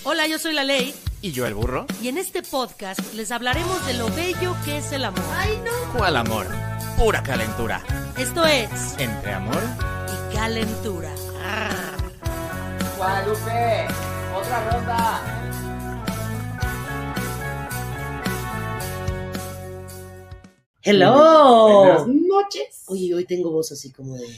Hola, yo soy la Ley. Y yo el burro. Y en este podcast les hablaremos de lo bello que es el amor. ¡Ay, no! ¿Cuál amor? Pura calentura. Esto es... Entre amor y calentura. Guadalupe, otra ronda. ¡Hello! Buenas noches. Oye, hoy tengo voz así como de...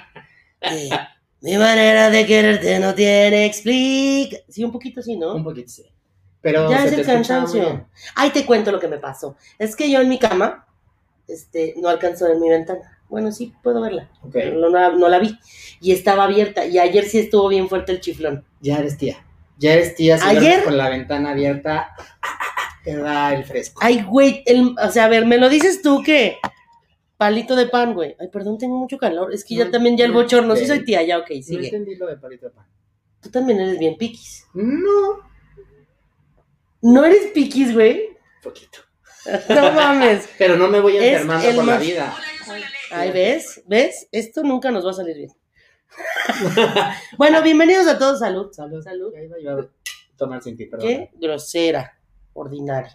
mi manera de quererte no tiene explica... Sí, un poquito así, ¿no? Un poquito sí. Pero ya se es te el escucha muy cansancio. bien. Ay, te cuento lo que me pasó. Es que yo en mi cama, no alcanzo a ver mi ventana. Bueno, sí, puedo verla. Okay. No la vi. Y estaba abierta. Y ayer sí estuvo bien fuerte el chiflón. Ya eres tía. Si ¿Ayer? duermes con la ventana abierta, te da el fresco. Ay, güey, o sea, a ver, me lo dices tú que... Palito de pan, güey. Ay, perdón, tengo mucho calor. Es que ya también el bochorno. Sí soy tía, ya, ok, No sigue. entendí lo de palito de pan. Tú también eres bien piquis. No. ¿No eres piquis, güey? Poquito. No mames. Pero no me voy Es enfermando el por la más- vida. Ay, ¿ves? Esto nunca nos va a salir bien. Bueno, bienvenidos a todos. Salud. Salud. Salud. Ya iba yo a tomar sin ti, perdón. Qué grosera, ordinaria.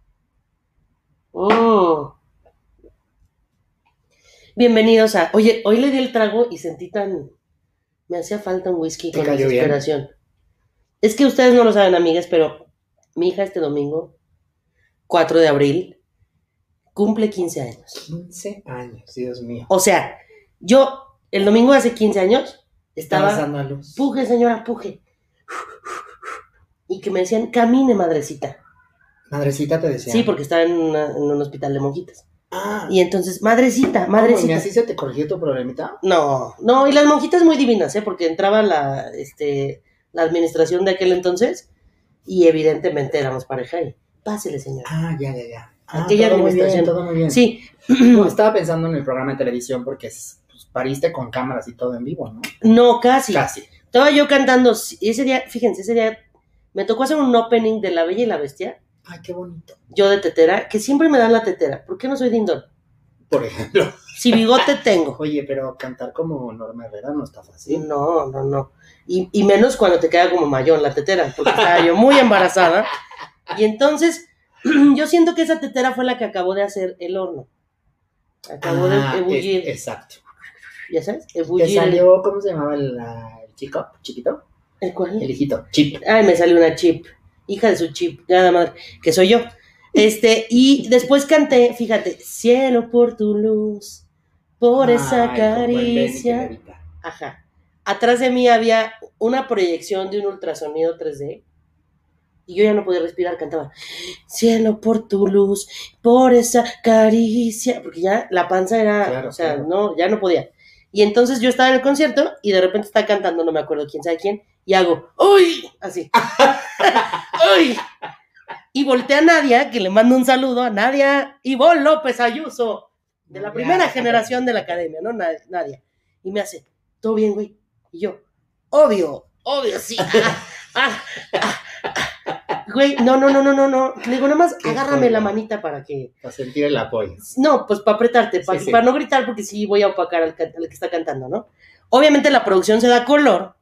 Mm. Bienvenidos a... Oye, hoy le di el trago y sentí tan... Me hacía falta un whisky ¿Te con cayó bien? desesperación. Es que ustedes no lo saben, amigas, pero mi hija este domingo, 4 de abril, cumple 15 años. 15 años, Dios mío. O sea, yo el domingo de hace 15 años Estabas estaba... dando a luz. Puje, señora, puje. Y que me decían, camine, madrecita. Madrecita te decía. Sí, porque estaba en un hospital de monjitas. Ah. Y entonces, madrecita. ¿Cómo, ¿y así se te corrigió tu problemita? No, y las monjitas muy divinas, porque entraba la administración de aquel entonces y evidentemente éramos pareja y pásele, señora. Ah, ya. Aquella todo administración. Muy bien. Sí. No, estaba pensando en el programa de televisión porque pariste con cámaras y todo en vivo, ¿no? No, casi. Casi. Estaba yo cantando, y ese día me tocó hacer un opening de La Bella y la Bestia, Ay, qué bonito. yo de tetera, que siempre me dan la tetera. ¿Por qué no soy dindón? Por ejemplo. Si bigote tengo. Oye, pero cantar como Norma Herrera no está fácil. No. Y menos cuando te queda como mayón la tetera, porque estaba yo muy embarazada. Y entonces, yo siento que esa tetera fue la que acabó de hacer el horno. Acabó de ebullir. Exacto. ¿Ya sabes? Te Ebullir. salió, ¿cómo se llamaba el chico? ¿Chiquito? ¿El cuál? El hijito. Chip. Ay, me salió una chip. Hija de su chip, nada más, que soy yo. Y después canté, fíjate, cielo por tu luz, por esa Ay, como el Benny que caricia. levita. Ajá. Atrás de mí había una proyección de un ultrasonido 3D y yo ya no podía respirar, cantaba cielo por tu luz, por esa caricia, porque ya la panza era, Claro, o sea, claro. no, ya no podía. Y entonces yo estaba en el concierto y de repente estaba cantando, no me acuerdo quién sabe quién, y hago, ¡uy! Así. ¡Uy! Y volteé a Nadia, que le mando un saludo a Nadia Ivonne López Ayuso, de la primera generación de la academia, ¿no? Nadia. Y me hace, ¿todo bien, güey? Y yo, obvio, sí. Güey, no. Le digo, nada más Qué agárrame joya. la manita para que... Para sentir el apoyo. No, pues para apretarte, Sí. para no gritar, porque sí voy a opacar al que está cantando, ¿no? Obviamente la producción se da color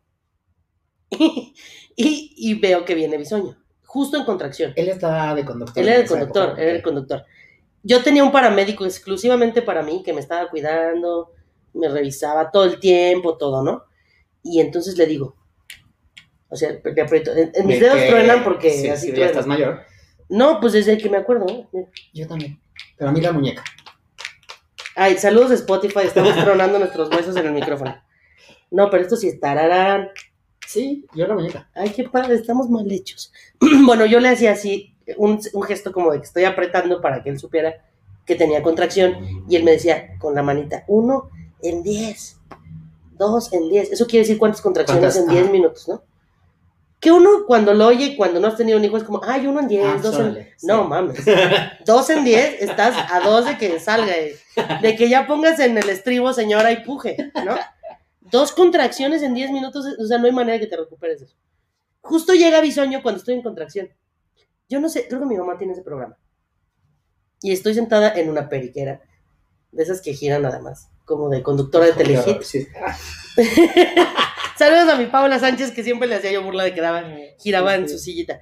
y veo que viene Bisoño, justo en contracción. Él estaba de conductor. Él era en el esa conductor, época. era el conductor. Yo tenía un paramédico exclusivamente para mí, que me estaba cuidando, me revisaba todo el tiempo, todo, ¿no? Y entonces le digo, o sea, le aprieto, en mis dedos truenan porque sí, así sí, ya truenan. estás mayor. No, pues desde que me acuerdo, ¿no? Mira. Yo también. Pero a mí la muñeca. Ay, saludos de Spotify, estamos tronando nuestros huesos en el micrófono. No, pero esto sí es tararán. Sí, yo la muñeca. Ay, qué padre, estamos mal hechos. Bueno, yo le hacía así, un gesto como de que estoy apretando para que él supiera que tenía contracción. Y él me decía con la manita, 1 en 10, 2 en 10. Eso quiere decir cuántas contracciones en 10 minutos, ¿no? Que uno cuando lo oye, cuando no has tenido un hijo, es como, ay, 1 en 10, 2 en... Suele, No, sí. mames. 2 en 10, estás a 2 de que salga, de que ya pongas en el estribo, señora, y puje, ¿no? 2 contracciones en 10 minutos, o sea, no hay manera de que te recuperes de eso. Justo llega Bisoño cuando estoy en contracción. Yo no sé, creo que mi mamá tiene ese programa. Y estoy sentada en una periquera, de esas que giran nada más, como de conductora de Telehit. Sí. Saludos a mi Paula Sánchez, que siempre le hacía yo burla de que giraba en su sillita.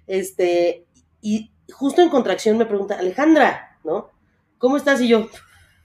Y justo en contracción me pregunta, Alejandra, ¿no? ¿Cómo estás? Y yo,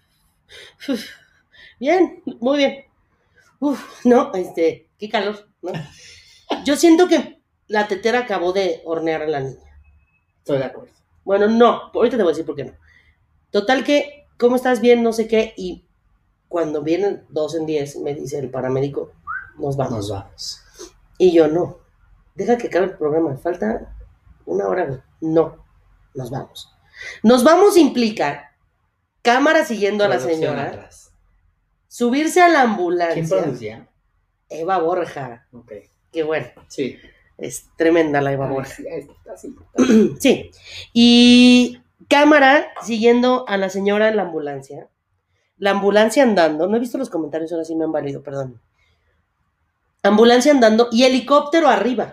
bien, muy bien. No, qué calor, ¿no? Yo siento que la tetera acabó de hornear a la niña. Estoy de acuerdo. Bueno, no, ahorita te voy a decir por qué no. Total que, ¿cómo estás? Bien, no sé qué, y cuando vienen 2 en 10, me dice el paramédico, nos vamos. Y yo, no, deja que acabe el programa, falta 1 hora. No, nos vamos. Nos vamos implica cámara siguiendo a la señora, atrás. Subirse a la ambulancia. ¿Quién producía? Eva Borja. Ok. Qué bueno. Sí. Es tremenda la Eva Borja. Así. Sí. Y cámara siguiendo a la señora en la ambulancia. La ambulancia andando. No he visto los comentarios, ahora sí me han valido, perdón. Ambulancia andando y helicóptero arriba.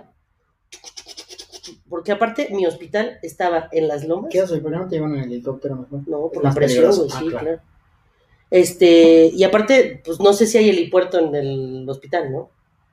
Porque aparte mi hospital estaba en las lomas. ¿Qué oso? ¿Por qué no te llevan en el helicóptero mejor? No, por la presión, güey, sí, claro. Y aparte, pues no sé si hay helipuerto en el hospital, ¿no?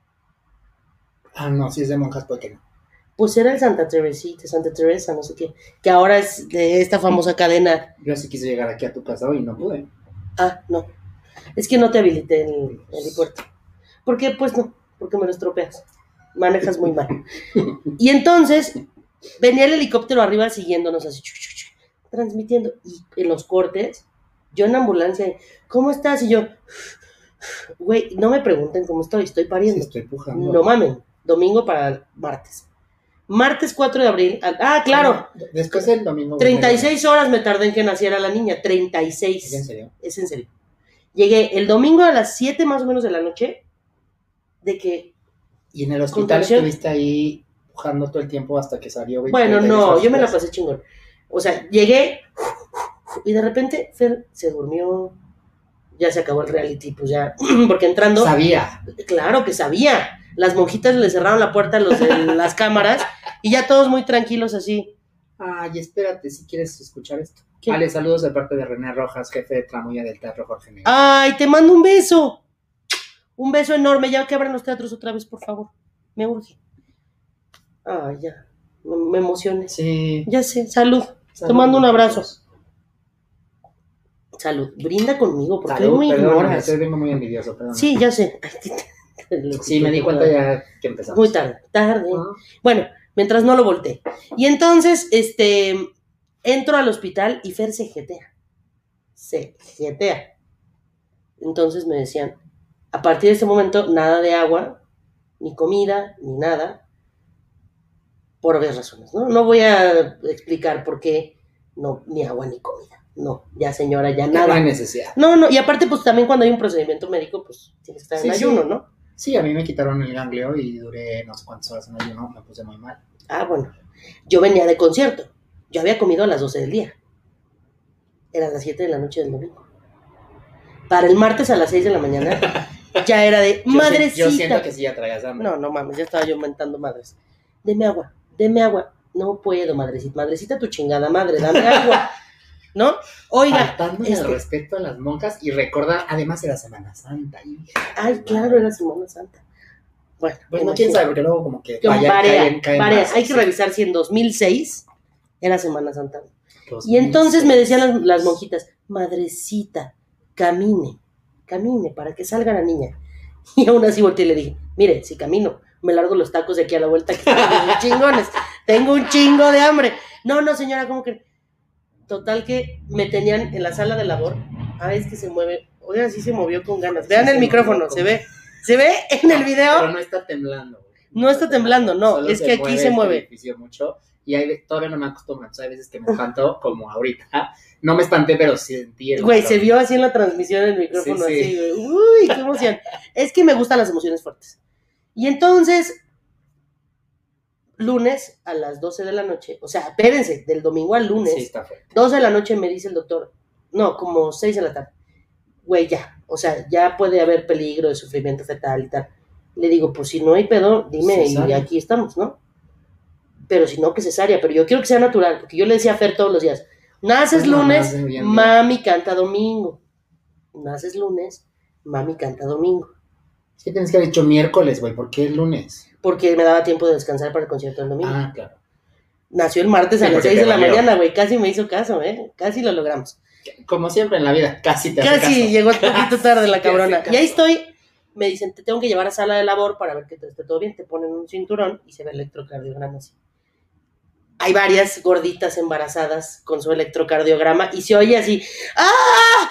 Ah, no, si es de monjas, ¿por qué no? Pues era el Santa Teresa, no sé qué, que ahora es de esta famosa cadena. Yo sí quise llegar aquí a tu casa hoy y no pude. Ah, no, es que no te habilité el helipuerto. ¿Por qué? Pues no, porque me lo estropeas, manejas muy mal. Y entonces, venía el helicóptero arriba siguiéndonos así, transmitiendo, y en los cortes, yo en ambulancia, ¿cómo estás? Y yo, güey, no me pregunten cómo estoy pariendo. Sí, estoy pujando. No mamen, domingo para martes. Martes 4 de abril. Ah, claro. Después del domingo. 36 horas me tardé en que naciera la niña. 36. ¿Es en serio? Es en serio. Llegué el domingo a las 7 más o menos de la noche. De que. ¿Y en el hospital estuviste ahí pujando todo el tiempo hasta que salió? Bueno, no, yo me la pasé chingón. O sea, llegué y de repente Fer se durmió. Ya se acabó el reality, pues ya. Porque entrando. Sabía. Claro que sabía. Las monjitas le cerraron la puerta a los de las cámaras y ya todos muy tranquilos así. Ay, espérate, si quieres escuchar esto. ¿Qué? Vale, saludos de parte de René Rojas, jefe de tramoya del Teatro Jorge Negrete. Ay, te mando un beso. Un beso enorme. Ya que abran los teatros otra vez, por favor. Me urge. Ay, ya. Me emocioné. Sí. Ya sé. Salud. Te mando un abrazo. Salud. Brinda conmigo porque Salud, me ignoras. Te vengo muy envidioso, perdón. Sí, ya sé. Sí, me di cuenta ya que empezamos. Muy tarde. Bueno, mientras no lo volteé. Y entonces, entro al hospital y Fer se jetea. Entonces me decían, a partir de ese momento, nada de agua, ni comida, ni nada, por obvias razones, ¿no? No voy a explicar por qué, no, ni agua ni comida. No, ya señora, ya nada. No hay necesidad. No, y aparte, pues también cuando hay un procedimiento médico, pues tienes que estar en ayuno, ¿no? Sí, a mí me quitaron el ganglio y duré no sé cuántas horas en ayuno, me puse muy mal. Ah, bueno, yo venía de concierto, yo había comido a las 12 del día, eran las 7 de la noche del domingo. Para el martes a las 6 de la mañana, ya era de madrecita. Yo siento que sí ya traías hambre. No mames, ya estaba yo mentando madres. Deme agua, no puedo, madrecita tu chingada madre, dame agua. ¿No? Oiga. Faltando el respeto a las monjas y recordar, además era Semana Santa. Ay, claro, era Semana Santa. Bueno, pues no, quién sabe, porque luego como que caen más. Hay que revisar si en 2006 era Semana Santa. 2006. Y entonces me decían las monjitas, madrecita, camine para que salga la niña. Y aún así volteé y le dije, mire, si camino, me largo los tacos de aquí a la vuelta que están muy chingones. Tengo un chingo de hambre. No, señora, ¿cómo que? Total que me tenían en la sala de labor. Es que se mueve. Oiga, sí se movió con ganas. Vean el micrófono, ¿se ve? ¿Se ve en el video? Pero no está temblando. No está temblando, no. Solo es que aquí se mueve. Edificio mucho, y todavía no me acostumbro. Hay veces que me espanto, como ahorita. No me espanté, pero sentí Güey, se vio así en la transmisión el micrófono, sí. Así, güey. Uy, qué emoción. Es que me gustan las emociones fuertes. Y entonces, lunes a las 12 de la noche, o sea, espérense, del domingo al lunes, sí, está fuerte. 12 de la noche me dice el doctor, no, como 6 de la tarde, güey, ya, o sea, ya puede haber peligro de sufrimiento fetal y tal. Le digo, pues si no hay pedo, dime, cesárea. Y aquí estamos, ¿no? Pero si no, que cesárea, pero yo quiero que sea natural, porque yo le decía a Fer todos los días, naces lunes, mami canta domingo. Naces lunes, mami canta domingo. Es que tienes que haber dicho miércoles, güey. ¿Por qué el lunes? Porque me daba tiempo de descansar para el concierto del domingo. Ah, claro. Nació el martes Sí, a las porque 6 te de la valió. mañana, güey. Casi me hizo caso, Casi lo logramos. Como siempre en la vida, casi te hace Casi caso. llegó un poquito tarde la Te hace cabrona. caso. Y ahí estoy. Me dicen, te tengo que llevar a sala de labor para ver que esté todo bien. Te ponen un cinturón y se ve electrocardiograma así. Hay varias gorditas embarazadas con su electrocardiograma y se oye así, ¡ah!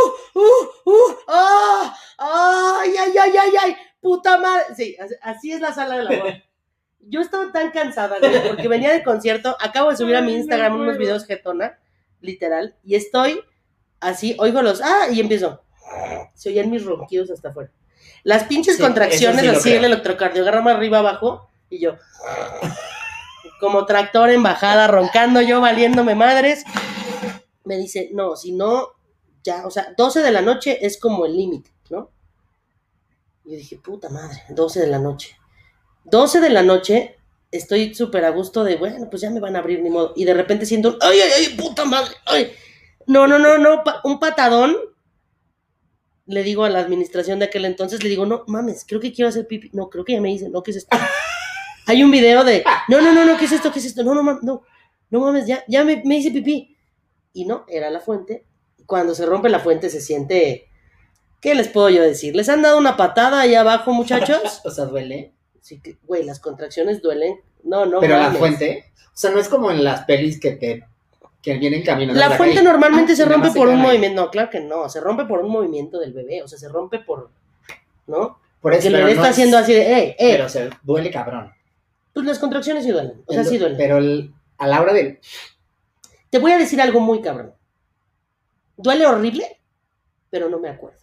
¡Ah! ¡Ay, ay, ay, ay, ay! ¡Puta madre! Sí, así es la sala de labor. Yo estaba tan cansada, güey, porque venía de concierto, acabo de subir a mi Instagram unos videos jetona, literal, y estoy así, oigo los, y empiezo. Se oían mis ronquidos hasta afuera. Las pinches Sí, contracciones eso sí lo así, creo. el electrocardiograma arriba abajo, y yo, como tractor en bajada, roncando yo, valiéndome madres. Me dice, no, si no, ya, o sea, 12 de la noche es como el límite, ¿no? Y yo dije, puta madre, 12 de la noche. 12 de la noche, estoy súper a gusto de, bueno, pues ya me van a abrir, ni modo. Y de repente siento, ¡ay, ay, ay, puta madre! ¡Ay! No, un patadón. Le digo a la administración de aquel entonces, le digo, no, mames, creo que quiero hacer pipí. No, creo que ya me dicen, no, ¿qué es esto? Hay un video de, no, ¿qué es esto? ¿Qué es esto? No mames, ya me hice pipí. Y no, era la fuente. Cuando se rompe la fuente se siente, ¿qué les puedo yo decir? ¿Les han dado una patada ahí abajo, muchachos? O sea, duele. Sí, güey, las contracciones duelen. No, Pero mames. la fuente, o sea, no es como en las pelis que vienen caminando. La fuente normalmente se y nada rompe más por un quedan ahí. movimiento. No, claro que no, se rompe por un movimiento del bebé. O sea, se rompe por, ¿no? Por eso, Que el pero bebé no está es- haciendo así de, Pero se duele cabrón. Pues las contracciones sí duelen. O sea, sí duelen. Pero a la hora de... Te voy a decir algo muy cabrón. Duele horrible, pero no me acuerdo.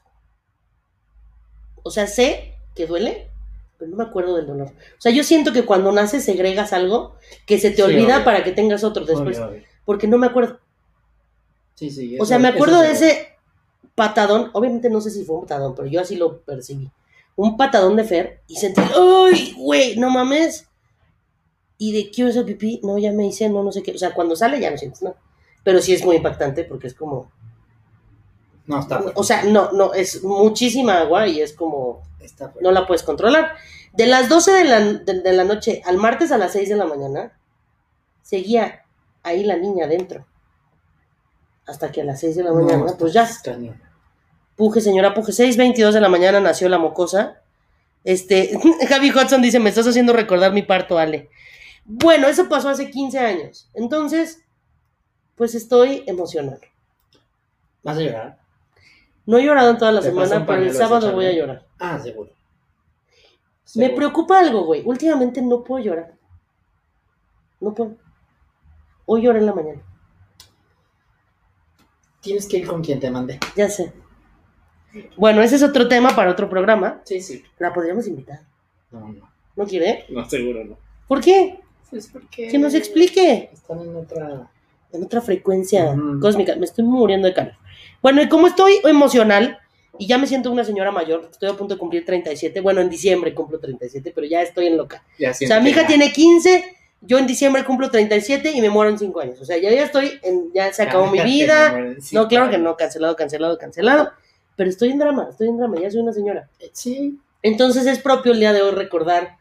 O sea, sé que duele, pero no me acuerdo del dolor. O sea, yo siento que cuando naces segregas algo que se te Sí, olvida obvio. para que tengas otro después. Obvio. Porque no me acuerdo. Sí. O sea, me acuerdo de ese patadón. Obviamente no sé si fue un patadón, pero yo así lo percibí. Un patadón de Fer y sentí, ¡ay, güey! No mames. Y de quiero hacer pipí, no, ya me hice, no sé qué. O sea, cuando sale ya no sientes nada. Pero sí es muy impactante porque es como... No, está fuerte. O sea, no, es muchísima agua y es como... Está fuerte. No la puedes controlar. De las 12 de la noche al martes a las 6 de la mañana, seguía ahí la niña adentro. Hasta que a las 6 de la mañana, está pues ya. extraño. Puje, señora, puje. 6:22 de la mañana nació la mocosa. Javi Hudson dice, me estás haciendo recordar mi parto, Ale. Bueno, eso pasó hace 15 años. Entonces, pues estoy emocionada. ¿Vas a llorar? No he llorado en toda la ¿Te pasa semana, un pero el pañuelo sábado ese, voy a Charlie? llorar. Ah, seguro. Me Seguro. preocupa algo, güey. Últimamente no puedo llorar. No puedo. Hoy lloré en la mañana. Tienes que ir con quien te mande. Ya sé. Bueno, ese es otro tema para otro programa. Sí. La podríamos invitar. No. ¿No quiere? No, seguro no. ¿Por qué? Pues porque... Que nos explique. Están en otra... En otra frecuencia Ujú. cósmica. Me estoy muriendo de calor. Bueno, y como estoy emocional y ya me siento una señora mayor, estoy a punto de cumplir 37. Bueno, en diciembre cumplo 37, pero ya estoy en loca. Ya O sea, mi hija ya. tiene 15, yo en diciembre cumplo 37 y me muero en 5 años. O sea, ya estoy, ya se acabó mi Cállate, vida. me muero en No, claro que 5 no, cancelado. Pero estoy en drama, ya soy una señora. Sí. Entonces es propio el día de hoy recordar.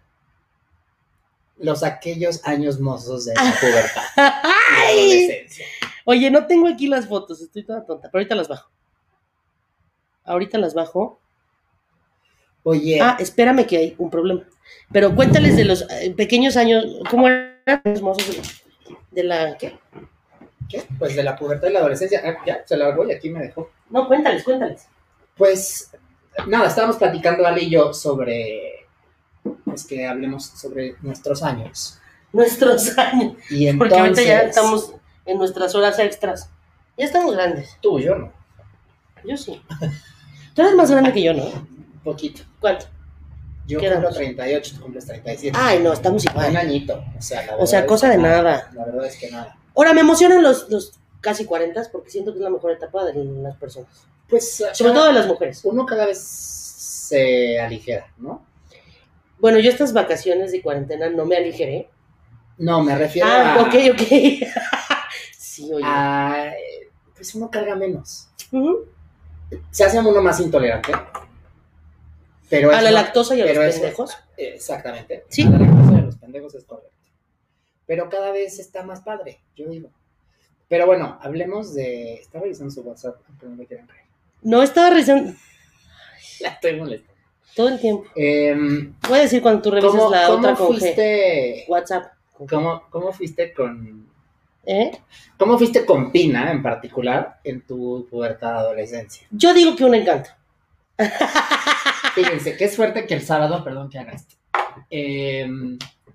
Aquellos años mozos de la pubertad. La ¡Ay! adolescencia. Oye, no tengo aquí las fotos, estoy toda tonta, pero ahorita las bajo. Oye, Espérame que hay un problema. Pero cuéntales de los pequeños años, ¿cómo eran los mozos de la qué? ¿qué? Pues de la pubertad y la adolescencia. Ya, se largó y aquí me dejó. No, cuéntales. Pues, nada, estábamos platicando Ale y yo sobre, pues que hablemos sobre nuestros años. Nuestros años. Y entonces, Porque ahorita ya estamos en nuestras horas extras. Ya estamos grandes. Tú, yo no, Yo sí. Tú eres más grande que yo, ¿no? un poquito. ¿Cuánto? Yo ¿Qué cumplo edad? 38, tú cumples 37. Ay, no, estamos Un igual. añito. O sea, la O sea, verdad cosa es que de nada. La verdad es que nada. Ahora, me emocionan los casi 40 porque siento que es la mejor etapa de las personas. Pues, Sobre todo de las mujeres. uno cada vez se aligera, ¿no? Bueno, yo estas vacaciones de cuarentena no me aligeré. No, me refiero Ok. Sí, oye. pues uno carga menos. Ujú. Se hace uno más intolerante. Pero A la lactosa y a los pero pendejos. Exactamente. Sí. A la lactosa y a los pendejos es correcto. Pero cada vez está más padre, yo digo. Pero bueno, hablemos de... Estaba revisando su WhatsApp, aunque no me quieran creer. No estaba revisando La estoy molestando. todo el tiempo. Voy a decir cuando tú revises la otra con G. fuiste, WhatsApp. ¿Cómo fuiste con... ¿Eh? ¿Cómo fuiste con Pina en particular en tu pubertad adolescencia? Yo digo que un encanto. Fíjense, qué suerte que el sábado, perdón que haga esto. El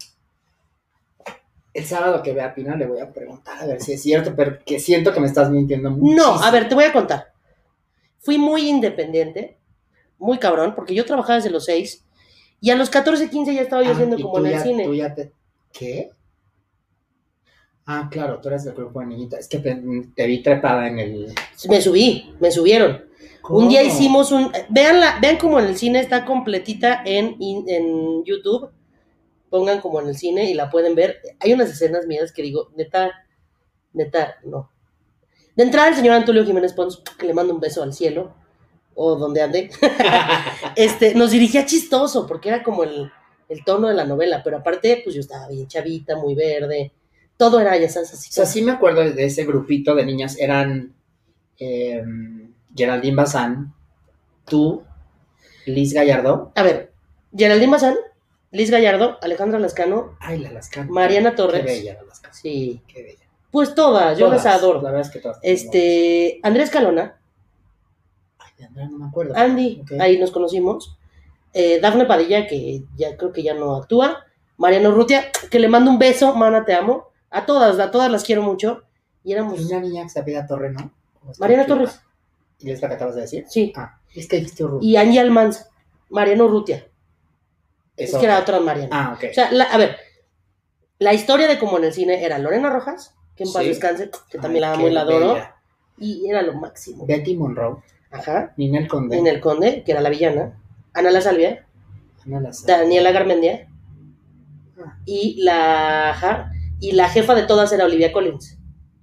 sábado que vea a Pina le voy a preguntar a ver si es cierto, pero que siento que me estás mintiendo muchísimo. No, a ver, te voy a contar. Fui muy independiente, muy cabrón, porque yo trabajaba desde los 6 y a los 14, 15 ya estaba yo haciendo y como en el cine. ¿Qué? Ah, claro, tú eres del grupo de niñitas. Es que te vi trepada en el... Me subieron. ¿Cómo? Un día hicimos vean como en el cine, está completita en YouTube. Pongan como en el cine y la pueden ver. Hay unas escenas mías que digo, neta, no. De entrada el señor Antulio Jiménez Pons, que le mando un beso al cielo, o donde ande, nos dirigía chistoso, porque era como el tono de la novela, pero aparte, pues yo estaba bien chavita, muy verde, todo era, ya sabes, así. O sea, sí me acuerdo de ese grupito de niñas, eran Geraldine Bazán, tú, Liz Gallardo. A ver, Geraldine Bazán, Liz Gallardo, Alejandra Lascano. Ay, la Lascano. Mariana Torres. Qué bella la Lascano. Sí. Qué bella. Pues todas, yo las adoro. La verdad es que todas. Andrés Calona. Ay, de Andrea no me acuerdo. Andy, Okay. Ahí nos conocimos. Dafne Padilla, que ya creo que ya no actúa. Mariano Urrutia, que le mando un beso, mana, te amo. A todas las quiero mucho. Y éramos... Una niña que se apellida Torre, ¿no? Mariana Torres. ¿Y es la que acabas de decir? Sí. Ah, es que dijiste Urrutia. Y Angie Almanza. Mariano Urrutia. Es Eso. que era otra Mariana. Ah, ok. O sea, a ver, la historia de como en el cine era Lorena Rojas, que en paz Sí. descanse, que también la Ay, amo qué y la adoro. bella. Y era lo máximo. Betty Monroe. Ajá. Ninel Conde. Ninel Conde, que era la villana. Ana La Salvia. Ana Lazar. Daniela Garmendia. Ah. Y la jefa de todas era Olivia Collins.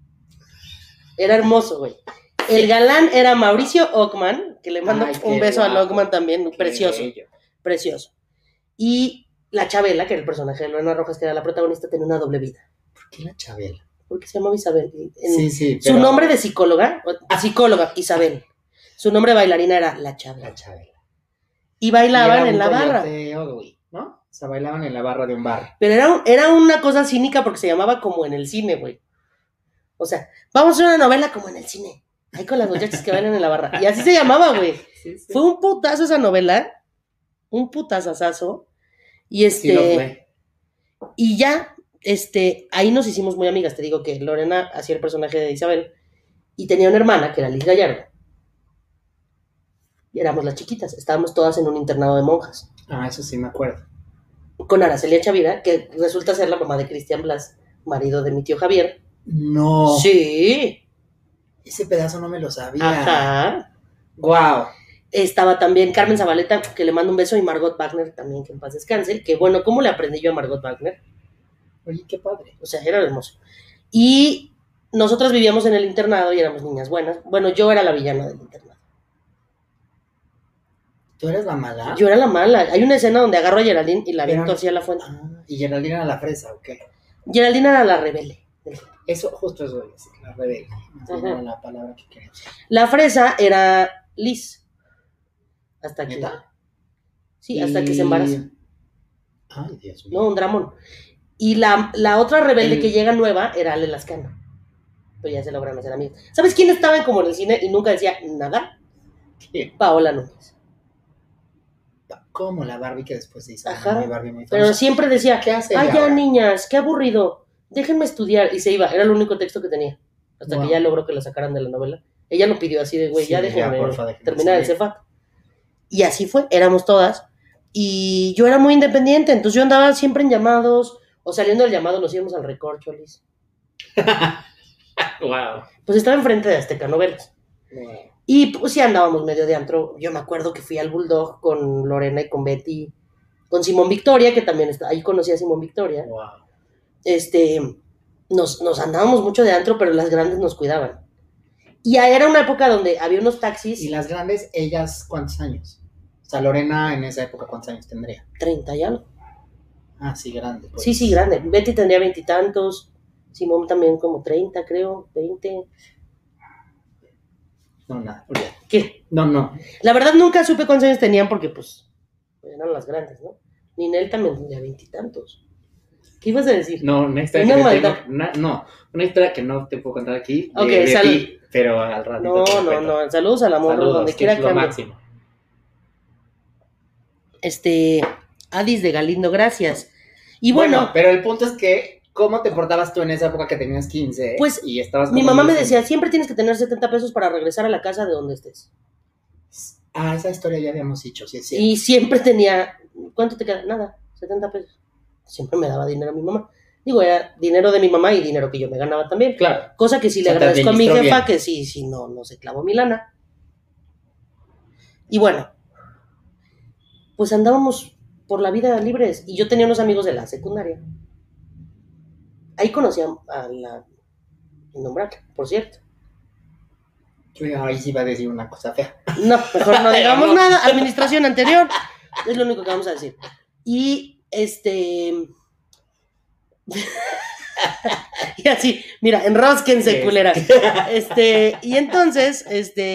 Era hermoso, güey. El galán era Mauricio Ockman, que le mando Ay, un qué beso guapo. a Ockman también, Qué precioso, bello. precioso. Y la Chabela, que era el personaje de Lorena Rojas, que era la protagonista, tenía una doble vida. ¿Por qué la Chabela? Porque se llamaba Isabel. Sí, Su nombre de psicóloga, Isabel. Su nombre de bailarina era la Chabela. La Chabela. Y bailaban Y en la era un barra. coyote ugly, ¿no? O sea, bailaban en la barra de un bar. Pero era una cosa cínica porque se llamaba como en el cine, güey. O sea, vamos a hacer una novela como en el cine. Ahí con las muchachas que bailan en la barra. Y así se llamaba, güey. Sí. Fue un putazo esa novela. Un putazazazo. Y Sí lo fue. Y ya, ahí nos hicimos muy amigas. Te digo que Lorena hacía el personaje de Isabel. Y tenía una hermana que era Liz Gallardo. Y éramos las chiquitas. Estábamos todas en un internado de monjas. Ah, eso sí me acuerdo. Con Aracelia Chavira, que resulta ser la mamá de Cristian Blas, marido de mi tío Javier. No. Sí. Ese pedazo no me lo sabía. Ajá. Wow. Estaba también Carmen Zabaleta, que le mando un beso, y Margot Wagner también, que en paz descanse. Que bueno, ¿cómo le aprendí yo a Margot Wagner? Oye, qué padre. O sea, era hermoso. Y nosotras vivíamos en el internado y éramos niñas buenas. Bueno, yo era la villana del internado. ¿Tú eres la mala? Yo era la mala. Hay una escena donde agarro a Geraldine y la Pero- aviento hacia la fuente. Ah, y Geraldine era la fresa, ¿o qué? Geraldine era la rebelde. Eso, justo eso voy a decir, la rebelde. Más bien Ajá. era la palabra que quería usar. La fresa era Liz. Hasta que... ¿Neta? Sí, hasta que se embaraza. Ay, Dios mío. No, un dramón. Y la otra rebelde El- que llega nueva era Ale Lascano. Pero ya se logran hacer amigos. ¿Sabes quién estaba como en el cine y nunca decía nada? ¿Quién? Paola Núñez. Como la Barbie que después se hizo. Ajá. Muy Barbie, muy Pero famosa. siempre decía, ¿Qué hace ay, ella ya ahora? niñas, qué aburrido. Déjenme estudiar. Y se iba. Era el único texto que tenía. Hasta Wow. que ya logró que la sacaran de la novela. Ella lo pidió así de, güey, Sí, ya ya, déjenme porfa, déjenme terminar el salir. Cefat. Y así fue. Éramos todas. Y yo era muy independiente. Entonces yo andaba siempre en llamados. O saliendo del llamado nos íbamos al recorcho, Liz. Wow. Pues estaba enfrente de Azteca Novelas. Y pues sí andábamos medio de antro. Yo me acuerdo que fui al Bulldog con Lorena y con Betty, con Simón Victoria, que también está, ahí conocí a Simón Victoria. Wow. Nos andábamos mucho de antro, pero las grandes nos cuidaban. Y era una época donde había unos taxis. ¿Y las grandes, ellas, cuántos años? O sea, Lorena en esa época, ¿cuántos años tendría? 30 y algo. Ah, sí, grande. Pues. Sí, grande. Betty tendría 20 y tantos. Simón también como 30, creo, 20. No, nada, olvídate. ¿Qué? No. La verdad nunca supe cuántos años tenían porque pues eran las grandes, ¿no? Ninel también tendría 20 y tantos. ¿Qué ibas a decir? No, una historia Una que maldad. una historia que no te puedo contar aquí. Ok, de salud. ti, pero al ratito. No. Saludos al amor, Saludos, donde que quiera es lo cambie. máximo. Adis de Galindo, gracias. Y bueno, pero el punto es que, ¿cómo te portabas tú en esa época que tenías 15? Pues, y estabas mi como mamá me niño? decía, siempre tienes que tener 70 pesos para regresar a la casa de donde estés. Ah, esa historia ya habíamos dicho, sí es cierto. Y siempre tenía, ¿cuánto te queda? Nada, 70 pesos. Siempre me daba dinero a mi mamá. Digo, era dinero de mi mamá y dinero que yo me ganaba también. Claro. Cosa que sí le O sea, te agradezco a mi administró jefa, bien. que sí, no se clavó mi lana. Y bueno, pues andábamos por la vida libres. Y yo tenía unos amigos de la secundaria. Ahí conocí a la innombrable, por cierto. Yo ahí sí iba a decir una cosa fea. No, mejor no digamos No. nada. Administración anterior. Es lo único que vamos a decir. Y y así, mira, enrosquense, culeras. Y entonces,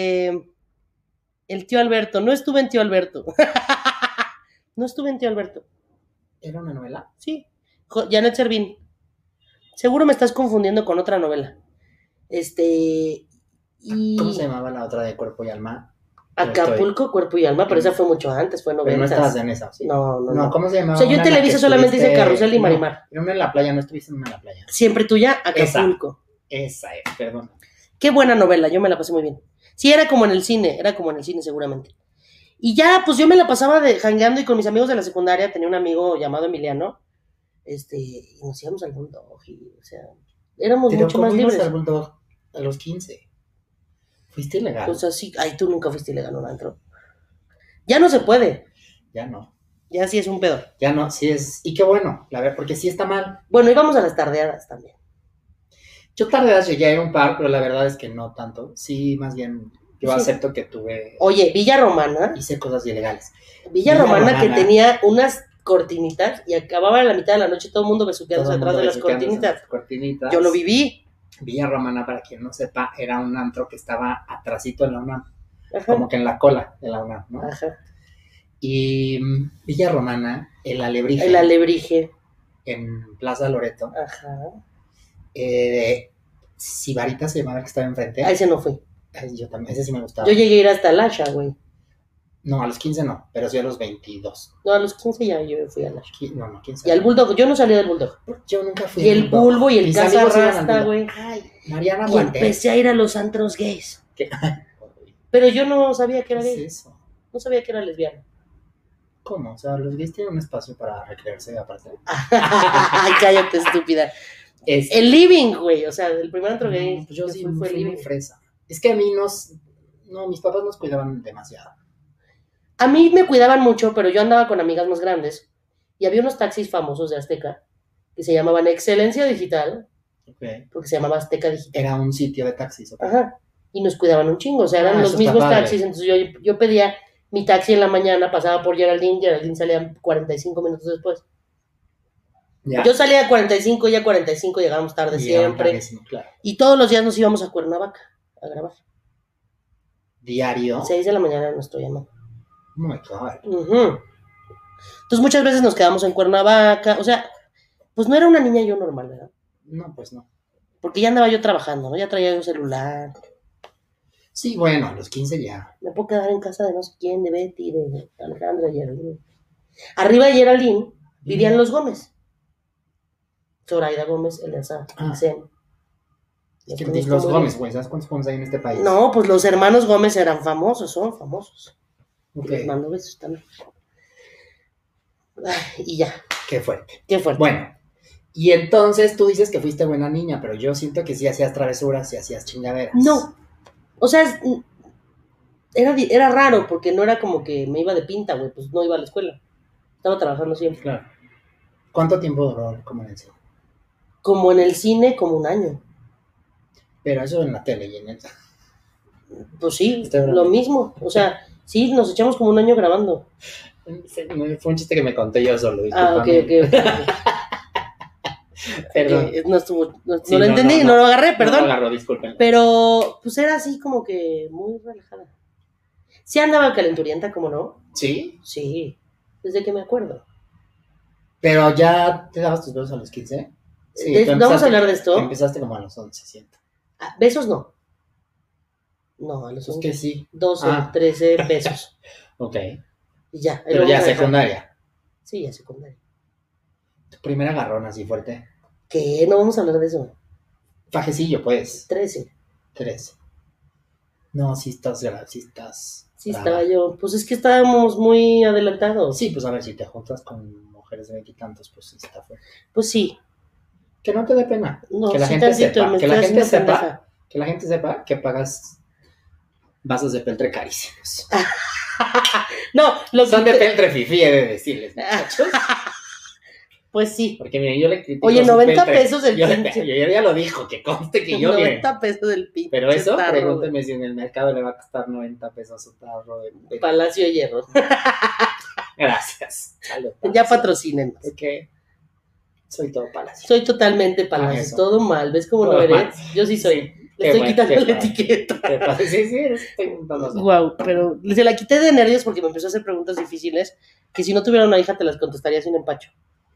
el tío Alberto, no estuve en tío Alberto. No estuve en tío Alberto. ¿Era una novela? Sí, Janet Servín. Seguro me estás confundiendo con otra novela. Y ¿Cómo se llamaba la otra de Cuerpo y Alma? Acapulco, Cuerpo y Alma, pero esa fue mucho antes, fue Pero 90. no estabas en esa, ¿sí? No. ¿Cómo se llamaba? O sea, yo en Una en la Televisa que solamente hice estuviste- Carrusel y Marimar. Era una en la playa, no estuviste en una en la playa. Siempre tuya, Acapulco. Esa es, perdón. Qué buena novela, yo me la pasé muy bien. Sí, era como en el cine seguramente. Y ya, pues yo me la pasaba jangueando y con mis amigos de la secundaria, tenía un amigo llamado Emiliano, y nos íbamos al Bulldog, o sea, éramos Pero mucho ¿cómo más ibas libres. al Bulldog a los 15? ¿Fuiste ilegal? Pues así, ay, tú nunca fuiste ilegal a un antro. Ya no se puede, Ya no. ya sí es un pedo. Ya no, sí es... Y qué bueno, la verdad, porque sí está mal. Bueno, íbamos a las tardeadas también. Yo tardeadas llegué a ir a un par, pero la verdad es que no tanto. Sí, más bien, yo Sí. acepto que tuve... Oye, Villa Romana, Hice cosas ilegales. Villa Villa Romana que Romana. tenía unas cortinitas y acababa a la mitad de la noche todo el mundo besuqueándose Todo el atrás mundo de las besuqueándose en cortinitas. las cortinitas. Yo lo viví. Villa Romana, para quien no sepa, era un antro que estaba atrasito en la UNAM, Ajá. como que en la cola de la UNAM, ¿no? Ajá. Y Villa Romana, el Alebrije, El Alebrije. en Plaza Loreto, Ajá. Sibarita se llamaba el que estaba enfrente. A ese no fui. Ay, yo también, ese sí me gustaba. Yo llegué a ir hasta el Asha, güey. No, a los 15 no, pero sí a los 22. No, a los 15 ya yo fui al Asha. No, 15. Y al Bulldog, yo no salí del Bulldog. Yo nunca fui. Y al el Bulldog. Bulbo y el Mis Casa amigos iban al Rasta, Bulldog. güey. Ay, Mariana Y Aguante. empecé a ir a los antros gays. ¿Qué? Pero yo no sabía que ¿Qué era es gay. eso? No sabía que era lesbiana. ¿Cómo? O sea, los gays tienen un espacio para recrearse aparte. Ay, cállate, estúpida. El Living, güey. O sea, el primer antro gay Pues yo que sí fui fue el fui muy Living. fresa. Es que a mí no, mis papás nos cuidaban demasiado. A mí me cuidaban mucho, pero yo andaba con amigas más grandes. Y había unos taxis famosos de Azteca que se llamaban Excelencia Digital, Okay. porque se llamaba Azteca Digital. Era un sitio de taxis. Okay. Ajá. Y nos cuidaban un chingo, o sea, eran los eso está mismos padre. taxis. Entonces yo pedía mi taxi en la mañana, pasaba por Geraldine salía 45 minutos después. Ya. Yo salía a 45, ya a 45 llegábamos tarde Y siempre. tardísimo, claro. Y todos los días nos íbamos a Cuernavaca a grabar. Diario. 6 de la mañana era nuestro llamado. Oh my God. Ujú. Entonces muchas veces nos quedamos en Cuernavaca, o sea, pues no era una niña yo normal, ¿verdad? No, pues no. Porque ya andaba yo trabajando, ¿no? Ya traía yo celular. Sí, bueno, a los 15 ya. Me puedo quedar en casa de no sé quién, de Betty, de Alejandra, de Geraldine. Arriba de Geraldine vivían los Gómez. Zoraida Gómez, Eleazar, Ah. Ixen. Es que conozco los muy Gómez, bien. güey. ¿Sabes cuántos Gómez hay en este país? No, pues los hermanos Gómez eran famosos, son famosos. Ok. Les mando besos también. Ay, y ya, Qué fuerte. qué fuerte. Bueno, y entonces tú dices que fuiste buena niña, pero yo siento que sí hacías travesuras y hacías chingaderas. No, o sea, era raro porque no era como que me iba de pinta, güey, pues no iba a la escuela. Estaba trabajando siempre. Claro. ¿Cuánto tiempo duró como en el cine? Como en el cine, como un año. Pero eso en la tele y en el... Pues sí, Está bravo. lo mismo. O sea, Sí, nos echamos como un año grabando. Fue un chiste que me conté yo solo. Ah, ok. Perdón. No estuvo, no Sí, lo entendí, no lo agarré, No perdón. lo agarró, disculpen. Pero, pues era así como que muy relajada. Sí andaba calenturienta, ¿cómo no? ¿Sí? Sí, desde que me acuerdo. Pero ya te dabas tus besos a los 15. Sí, ¿Vamos a hablar de esto? Empezaste como a los 11, siento. ¿Besos no? No, a los Pues 11. que sí. 12, 13 besos. Ok. Y ya. Pero ya secundaria. Sí, ya secundaria. Tu primera agarrón así fuerte. ¿Qué? No vamos a hablar de eso. Fajecillo, pues. 13. No, sí estás grave, sí estás. Sí, brava. estaba yo. Pues es que estábamos muy adelantados. Sí, pues a ver, si te juntas con mujeres de 20 y tantos, pues sí está fuerte. Pues sí. Que no te dé pena. No, que la sí, gente tantito, sepa. me Que la estoy gente haciendo sepa. pendeja. Que la gente sepa que pagas vasos de peltre carísimos. No, lo que Son de peltre fifí, he de decirles, muchachos. Pues sí. Porque mire, yo le critico. Oye, su 90 peltre. pesos el pinche. Yo ya lo dijo, que conste que yo bien. 90 pesos del pinche. Pero eso, tarro, pregúnteme si en el mercado le va a costar 90 pesos su tarro de Palacio de Hierro. Gracias. Salud, Ya patrocinen. Porque soy todo palacio. Soy totalmente Palacio. eso. Todo mal. ¿Ves cómo Todo no eres? mal. Yo sí soy. Sí. Le estoy bueno, quitando qué la padre. etiqueta. ¿Qué pasa? Sí, estoy juntando. Wow, pero se la quité de nervios porque me empezó a hacer preguntas difíciles que si no tuviera una hija te las contestaría sin empacho.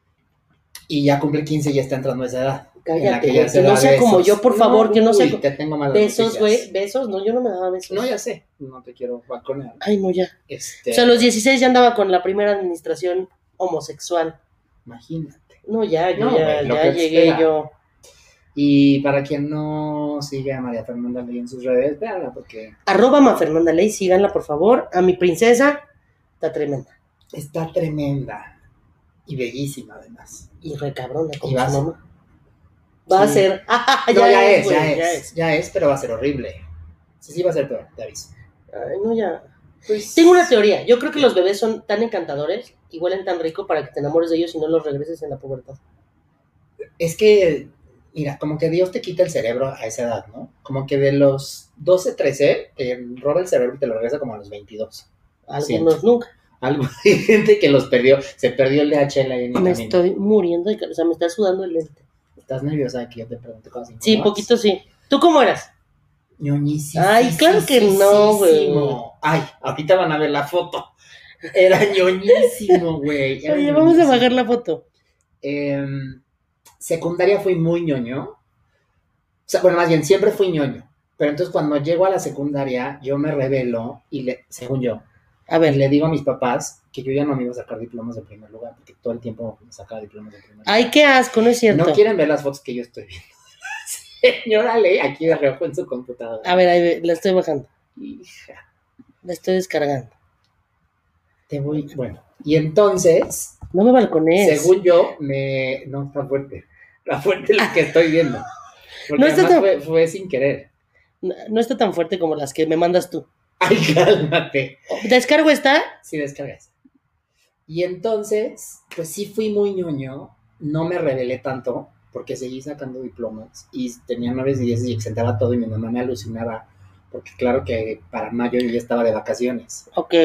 Y ya cumple 15 y ya está entrando a esa edad. Cállate, ya que no sea como yo, por favor, que no sea te tengo malas besos, noticias. güey, besos, no, yo no me daba besos. No, ya sé, no te quiero balconear. Ay, no, ya. O sea, a los 16 ya andaba con la primera administración homosexual. Imagínate. No, ya, yo No, ya, güey, lo ya que te llegué espera. yo. Y para quien no sigue a María Fernanda Ley en sus redes, véanla porque @MaFernandaLey, síganla, por favor. A mi princesa, está tremenda. está tremenda y bellísima además. Y recabrona, Y como va a su ser- mamá. Va a Sí. ser. No, ya es, güey, ya es, pero va a ser horrible. Sí, va a ser peor, te aviso. Ay, no, ya. Pues, Tengo una teoría. Yo creo que los bebés son tan encantadores y huelen tan rico para que te enamores de ellos y no los regreses en la pubertad. Es que, mira, como que Dios te quita el cerebro a esa edad, ¿no? Como que de los 12, 13, te roba el cerebro y te lo regresa como a los 22. Algunos Siento. nunca. Algo hay gente que los perdió, se perdió el DHL ahí en el Me camino. estoy muriendo, o sea, me está sudando el lente. ¿Estás nerviosa de que yo te pregunte cosas incómodas? Sí, poquito sí. ¿Tú cómo eras? Ñoñísimo. Ay, claro que no, güey. Ay, ahorita van a ver la foto. Era ñoñísimo, güey. Oye, vamos a bajar la foto. Secundaria fui muy ñoño. O sea, bueno, más bien, siempre fui ñoño. Pero entonces cuando llego a la secundaria, yo me rebelo y según yo, A ver, le digo a mis papás que yo ya no me iba a sacar diplomas de primer lugar, porque todo el tiempo me sacaba diplomas de primer lugar. ay, qué asco, no es cierto. No quieren ver las fotos que yo estoy viendo. Señora Ley, aquí de reojo en su computadora. A ver, ahí la estoy bajando. Hija, La estoy descargando. bueno. Y entonces, No me balcones. según yo, no, está fuerte. Está fuerte lo que estoy viendo. Porque No está además fue sin querer. No está tan fuerte como las que me mandas tú. Ay, cálmate. ¿Descargo esta? Sí, descargas. Y entonces, pues sí fui muy ñoño. No me rebelé tanto, porque seguí sacando diplomas. Y tenía 9 y 10 y exentaba todo. Y mi mamá me alucinaba, porque claro que para mayo yo ya estaba de vacaciones. Ok.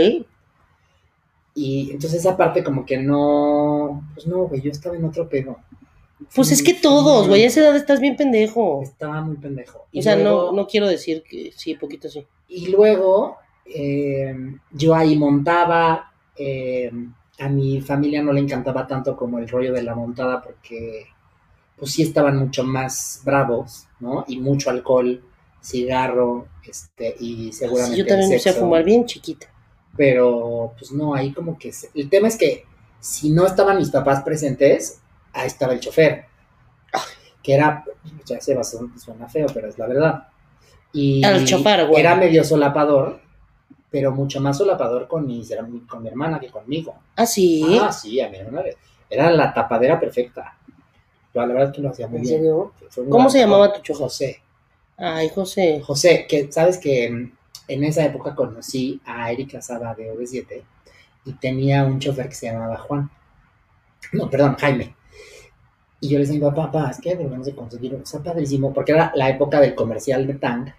Y entonces esa parte como que no... Pues no, güey, yo estaba en otro pedo. Pues es que todos, güey, a esa edad estás bien pendejo. Estaba muy pendejo. O sea, no quiero decir que sí, poquito sí. Y luego yo ahí montaba, a mi familia no le encantaba tanto como el rollo de la montada porque pues sí estaban mucho más bravos, ¿no? Y mucho alcohol, cigarro, y seguramente Sí, yo también empecé a sexo. fumar bien chiquita. Pero pues no, ahí como que... El tema es que si no estaban mis papás presentes, ahí estaba el chofer. Que era, ya sé, suena feo, pero es la verdad. Y Al chofer, güey. era medio solapador, pero mucho más solapador con mi hermana que conmigo. ¿Ah, sí? Ah, sí, a mi hermana era la tapadera perfecta. Yo, la verdad es que lo hacía muy ¿En bien. serio? Fue un ¿Cómo gran se llamaba tapón. tu chofer? José. Ay, José. José, que sabes que en esa época conocí a Erika Saba de OV7 y tenía un chofer que se llamaba Juan. No, perdón, Jaime. Y yo le decía a mi papá, es que deberíamos de conseguir, o sea, padrísimo, porque era la época del comercial de Tang,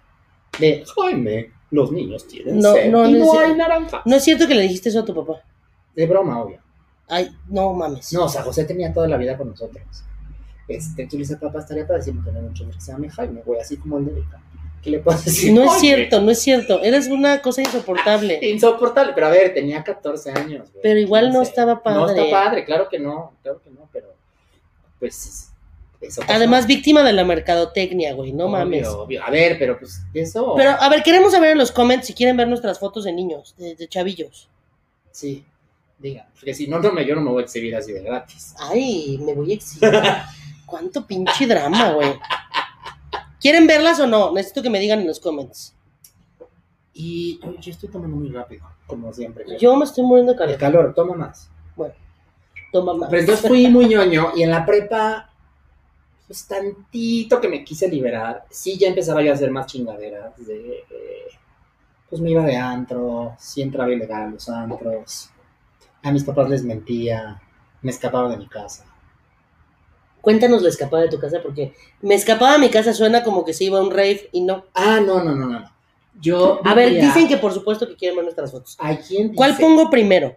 De Jaime, los niños tienen No, sed no, y no no es- hay naranja. No es cierto que le dijiste eso a tu papá. De broma, obvio. Ay, no mames. No, o sea, José tenía toda la vida con nosotros. Tú le dices, papá, estaría para decirme tener un chofer que se llame Jaime, güey, así como el de Erika. ¿Qué le puedes decir? No es Oye, cierto, no es cierto. Eres una cosa insoportable. insoportable, pero a ver, tenía 14 años, güey. Pero igual no 15. estaba padre. No está padre, claro que no, pero pues eso pasó. Además, víctima de la mercadotecnia, güey. No Obvio, mames. obvio. A ver, pero pues eso. Pero, a ver, queremos saber en los comments si quieren ver nuestras fotos de niños, de chavillos. Sí, digan, porque si no, yo no me voy a exhibir así de gratis. Ay, me voy a exhibir. ¿Cuánto pinche drama, güey? ¿Quieren verlas o no? Necesito que me digan en los comments. Y yo estoy tomando muy rápido, como siempre. Yo me estoy muriendo de El calor. calor, toma más. Bueno, toma más. Pero entonces fui muy ñoño y en la prepa, pues tantito que me quise liberar. Sí, ya empezaba yo a hacer más chingaderas. Pues me iba de antro, sí entraba ilegal a los antros. A mis papás les mentía, me escapaba de mi casa. Cuéntanos la escapada de tu casa, porque me escapaba de mi casa suena como que se iba a un rave y no. Ah, no. Yo A ver, vivía- dicen que por supuesto que quieren ver nuestras fotos. ¿A quién dice? ¿Cuál pongo primero?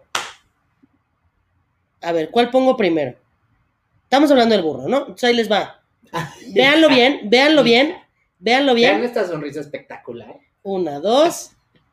A ver, ¿cuál pongo primero? Estamos hablando del burro, ¿no? Entonces ahí les va. Véanlo bien, véanlo bien, véanlo Vean bien. esta sonrisa espectacular. 1, 2.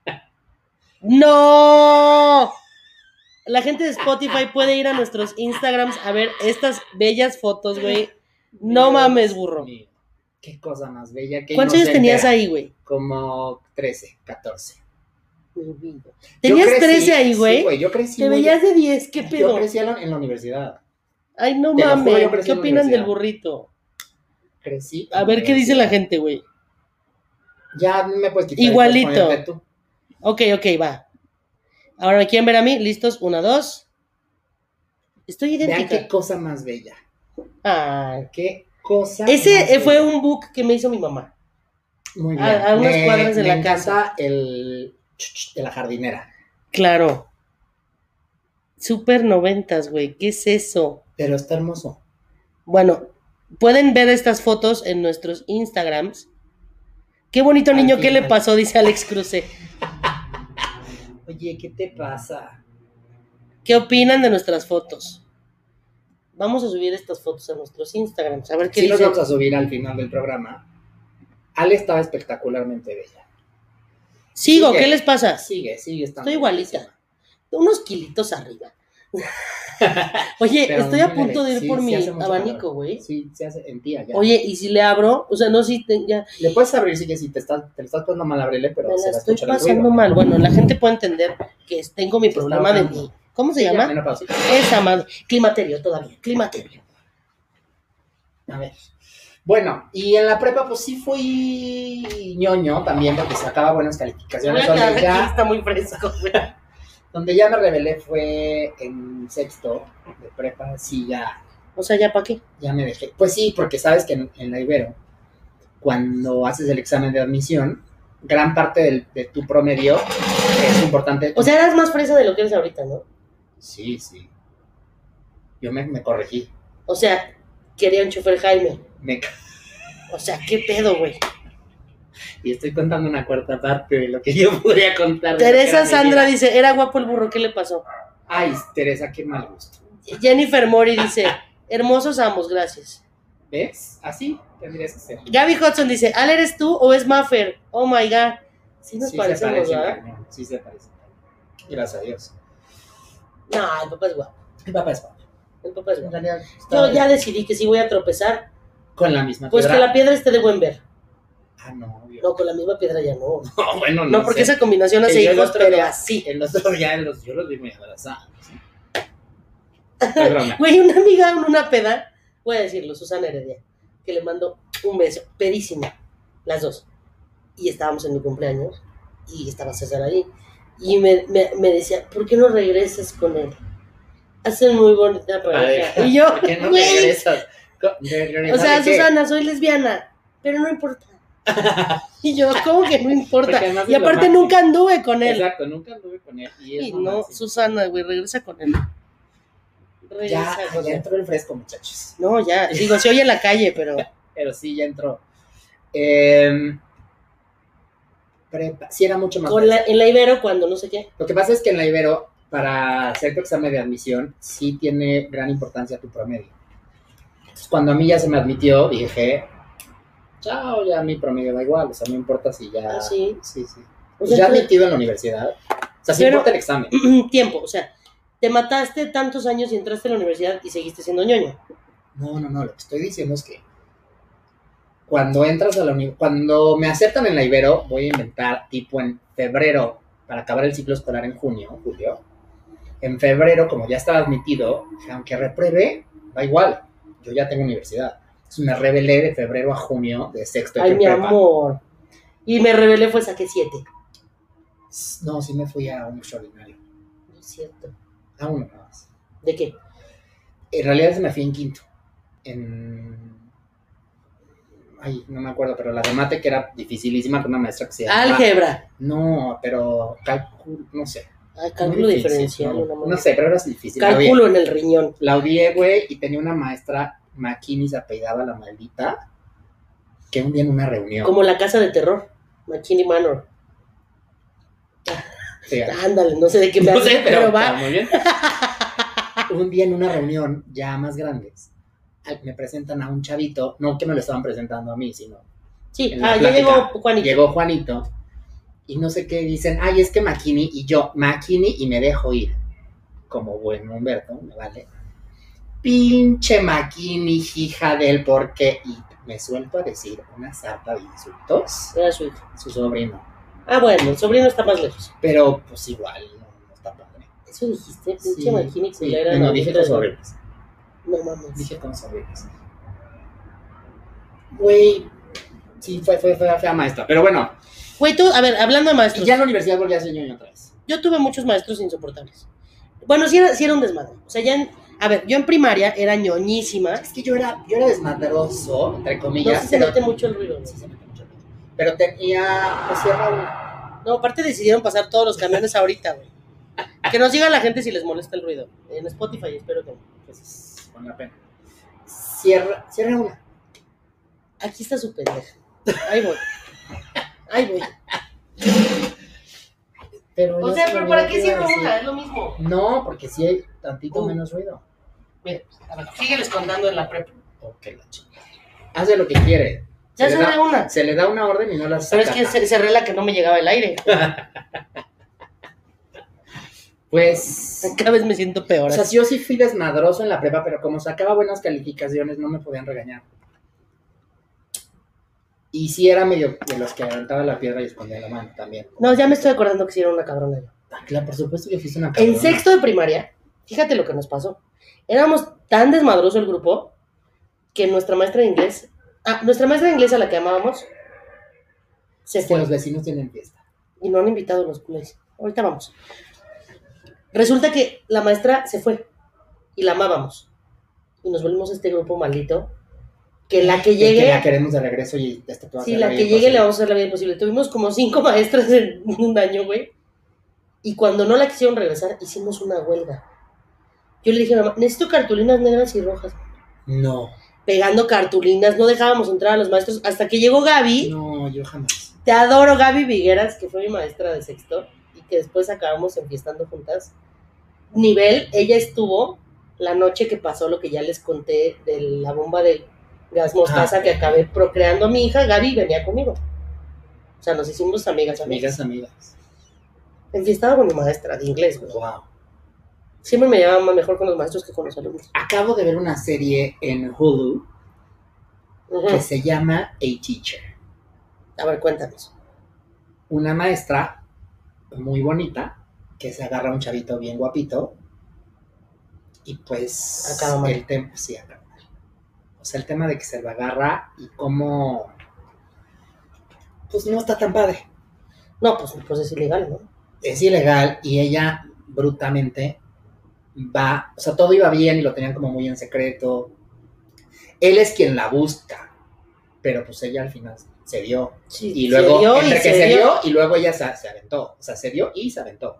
¡No! La gente de Spotify puede ir a nuestros Instagrams a ver estas bellas fotos, güey. No Dios mames, burro. mío, qué cosa más bella. Qué ¿Cuántos años inocente tenías era. ahí, güey? Como 13, 14. Mi vida. Yo ¿Tenías crecí- 13 ahí, Sí, güey? yo crecí. Te muy- veías de 10, ¿qué Yo pedo? crecí en la universidad. Ay, no Te lo juro, yo mames. crecí ¿Qué en la opinan del universidad. burrito? Crecí. A en ver qué dice la universidad. gente, güey. Ya me puedes quitar. Igualito. puedes ponerte tú. Ok, va. Ahora me quieren ver a mí. ¿Listos? 1, 2. Estoy Vean idéntica. qué cosa más bella. Ay. Qué cosa. más Ese fue bella. un book que me hizo mi mamá. Muy bien. a unas cuadras de me la encanta el de la jardinera. Claro. Super 90s, güey. ¿Qué es eso? Pero está hermoso. Bueno, pueden ver estas fotos en nuestros Instagrams. Qué bonito Al niño, ¿qué le final. pasó? Dice Alex Cruce. Oye, ¿qué te pasa? ¿Qué opinan de nuestras fotos? Vamos a subir estas fotos a nuestros Instagrams. A ver qué Sí, nos dicen. vamos a subir al final del programa. Ale estaba espectacularmente bella. Sigo, Sigue. ¿qué les pasa? Sigue estando. Estoy igualita. Unos kilitos arriba. Oye, Pero estoy a muy punto de ir sí, por sí mi hace mucho abanico, calor. güey. Sí, se hace en ti allá. Oye, ¿y si le abro? O sea, no, si ya Le puedes abrir, sí que sí, te lo estás poniendo mal abrirle, pero me se la va a estoy escuchar el pasando ruido. mal. Bueno, la gente puede entender que tengo mi Se está problema de ahogando. mi... ¿Cómo se Sí, ya, llama? menopausia. Esa madre. Climaterio todavía. Climaterio. A ver. Bueno, y en la prepa, pues sí fui ñoño también, porque sacaba buenas Voy calificaciones. a quedar Donde aquí, ya, está muy fresco, güey. donde ya me rebelé fue en sexto de prepa, sí, O sea, ¿ya para qué? ya me dejé. Pues sí, porque sabes que en la Ibero, cuando haces el examen de admisión, gran parte de tu promedio es importante. O sea, eras más fresa de lo que eres ahorita, ¿no? Sí. Yo me corregí. O sea, quería un chofer Jaime. Me O sea, ¿qué pedo, güey? Y estoy contando una cuarta parte de lo que yo podría contar. de lo que Teresa era mi Sandra vida. dice, era guapo el burro, ¿qué le pasó? Ay, Teresa, qué mal gusto. Jennifer Mori dice, hermosos ambos, gracias. ¿Ves? Así tendrías que ser. Gaby Hudson dice, ¿Al eres tú o es Maffer? Oh my god. Sí nos Sí parecemos, se parecen, ¿verdad? cañón. Sí se parecen. Gracias a Dios. No, el papá es guapo. Mi papá es guapo. El papá es En guapo. realidad, Yo ya decidí que si voy a tropezar, con la misma pues piedra. que la piedra esté de buen ver. Ah, no, obvio. No, con la misma piedra ya no. No, bueno, No, porque sé. esa combinación hace Que yo el hijos, otro pero día- así. El otro día yo los vi muy abrazados. Es broma. Güey, una amiga en una peda, voy a decirlo, Susana Heredia, que le mandó un beso, pedísima, las dos. Y estábamos en mi cumpleaños, y estaba César ahí. Y me decía, ¿por qué no regresas con él? Hacen muy bonita pareja. Y yo, ¿Por qué no güey, regresas? o sea, Susana, soy lesbiana, pero no importa. Y yo, ¿cómo que no importa? Porque además Y es lo aparte máximo. nunca anduve con él. Exacto, nunca anduve con él. Y es Y lo no, máximo. Susana, güey, regresa con él. Regresa con Ya él. entró el fresco, muchachos. No, ya, digo, se oye en la calle, pero... Pero sí, ya entró. prepa. Sí, era mucho más. En la Ibero, cuando no sé qué. Lo que pasa es que en la Ibero, para hacer tu examen de admisión, sí tiene gran importancia tu promedio. Entonces, cuando a mí ya se me admitió, dije, chao, ya mi promedio da igual, o sea, no importa si ya... ¿Ah, sí? Sí, sí. O Pues sea, ya admitido en la universidad. O sea, sí pero- importa el examen. Tiempo, o sea, te mataste tantos años y entraste a la universidad y seguiste siendo ñoño. No, lo que estoy diciendo es que cuando entras a la universidad, cuando me aceptan en la Ibero, voy a inventar tipo en febrero, para acabar el ciclo escolar en julio. En febrero, como ya estaba admitido, dije, aunque repruebe, da igual, yo ya tengo universidad. Entonces me rebelé de febrero a junio de sexto Ay, de mi prepa. amor. Y me rebelé, fue saqué 7. No, sí me fui a un extraordinario. No es cierto. A uno nada más. ¿De qué? En realidad se me fui en quinto. Ay, no me acuerdo, pero la de mate que era dificilísima con una maestra que se llamaba... Álgebra. No, pero cálculo, no sé. Ay, cálculo Muy difícil, diferencial. No sé, pero era difícil. Cálculo en el riñón. La odié, güey, y tenía una maestra, McKinney se apellidaba la maldita, que un día en una reunión... Como la casa de terror. McKinney Manor. Sí, Ándale, no sé de qué me no hace, sé, pero va. está muy bien. Un día en una reunión, ya más grandes, me presentan a un chavito, no que me lo estaban presentando a mí, sino... Sí, en la ya plática. llegó Juanito. Llegó Juanito, y no sé qué dicen, ay, es que McKinney, y yo, McKinney, y me dejo ir. Como buen Humberto, me vale. Pinche McKinney, hija del porqué, y me suelto a decir una sarta de insultos. Era su hijo. Su sobrino. Ah, bueno, el sobrino está más lejos. Pero, pues igual, no está padre. Eso dijiste, Sí, pinche McKinney sí, culera. no, dije cosas horribles. No mames. Dije cosas horribles. Güey, sí, fue fea maestra. Pero bueno, Güey, tú, a ver, hablando de y maestros. ya en la universidad volví a ser ñoño otra vez. Yo tuve muchos maestros insoportables. Bueno, sí era un desmadre. O sea, a ver, yo en primaria era ñoñísima. Es que yo era desmadroso, entre No comillas. sé si se mete mucho el ruido, ¿no? Sí, se mete mucho ruido. Pero tenía, pues cierra una. No, aparte decidieron pasar todos los camiones ahorita, güey. Que nos diga la gente si les molesta el ruido. En Spotify, espero que no. Pues con la pena. Cierra una. Aquí está su pendeja. Ahí voy. Pero O yo sea, sí pero me ¿para iba qué a cierro decir- una? Es lo mismo. No, porque sí hay tantito menos ruido. Mira, a ver, sígueles contando en la prepa. Ok, la chingada. Hace lo que quiere. Ya le cerré da- una. Se le da una orden y no la Pero saca. es que cerré la que no me llegaba el aire. Pues... Cada vez me siento peor. O sea, yo sí fui desmadroso en la prepa, pero como sacaba buenas calificaciones, no me podían regañar. Y sí era medio de los que aventaba la piedra y escondía la mano también. No, ya me estoy acordando que sí era una cabrona yo. Ah, claro, por supuesto que fuiste una En cabrona. sexto de primaria, fíjate lo que nos pasó. Éramos tan desmadroso el grupo que nuestra maestra de inglés, nuestra maestra de inglés a la que amábamos, se Es que fue. los vecinos tienen fiesta. Y no han invitado a los culés. Ahorita vamos. Resulta que la maestra se fue y la amábamos. Y nos volvimos este grupo maldito. Que la que llegue. Que la queremos de regreso y esto te va a Sí, hacer la vida que llegue imposible. le vamos a hacer la vida imposible. Tuvimos como 5 maestras en un año, güey. Y cuando no la quisieron regresar, hicimos una huelga. Yo le dije a mi mamá, necesito cartulinas negras y rojas. No, Pegando cartulinas, no dejábamos entrar a los maestros. Hasta que llegó Gaby. no, yo jamás. Te adoro, Gaby Vigueras, que fue mi maestra de sexto. Y que después acabamos enfiestando juntas. Nivel, ella estuvo la noche que pasó lo que ya les conté de la bomba de gas mostaza que acabé procreando a mi hija. Gaby venía conmigo. O sea, nos hicimos amigas. Amigas. Enfiestaba con mi maestra de inglés, güey. Wow. Siempre me llevaba mejor con los maestros que con los alumnos. Acabo de ver una serie en Hulu Ujú. que se llama A Teacher. A ver, cuéntanos. Una maestra muy bonita que se agarra a un chavito bien guapito y pues Acaba mal. el tema, sí, acaba mal. O sea, el tema de que se lo agarra y cómo pues no está tan padre. No, pues es ilegal, ¿no? Es ilegal y ella brutalmente va, o sea, todo iba bien y lo tenían como muy en secreto. Él es quien la busca, pero pues ella al final se dio. Sí, Y luego, se dio entre y que se se dio. dio y luego ella se aventó. O sea, se dio y se aventó.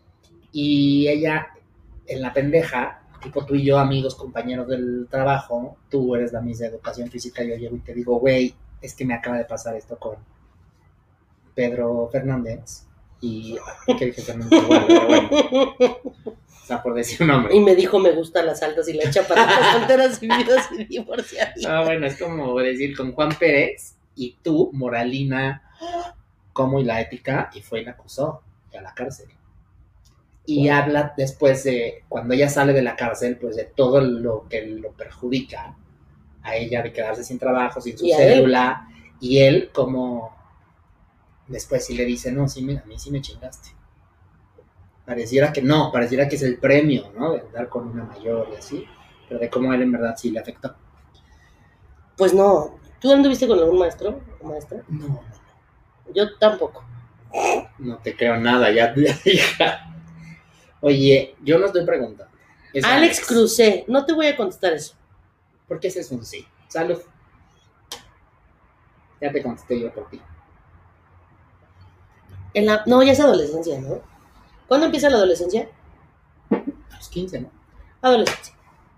Y ella, en la pendeja, tipo tú y yo, amigos, compañeros del trabajo, tú eres la Miss de Educación Física, yo llego y te digo, güey, es que me acaba de pasar esto con Pedro Fernández. Y ¿por qué dije Fernández? Bueno, pero bueno. O sea, por decir un nombre. Y me dijo, me gustan las altas y las chaparritas, solteras, viudas y divorciadas. No, bueno, es como decir con Juan Pérez y tú, Moralina, como y la ética, y fue y la acusó a la cárcel. Y habla después de, cuando ella sale de la cárcel, pues de todo lo que lo perjudica a ella, de quedarse sin trabajo, sin su cédula, y él como después sí le dice, no, sí, a mí sí me chingaste. Pareciera que no, pareciera que es el premio, ¿no? De andar con una mayor y así, pero de cómo él en verdad sí le afectó. Pues no. ¿Tú anduviste con algún maestro o maestra? No. Yo tampoco. No te creo nada, ya hija. Oye, yo no estoy preguntando. Es Alex Crucé, no te voy a contestar eso. Porque ese es un sí. Salud. Ya te contesté yo por ti. No, ya es adolescencia, ¿no? ¿Cuándo empieza la adolescencia? A los 15, ¿no? Adolescencia.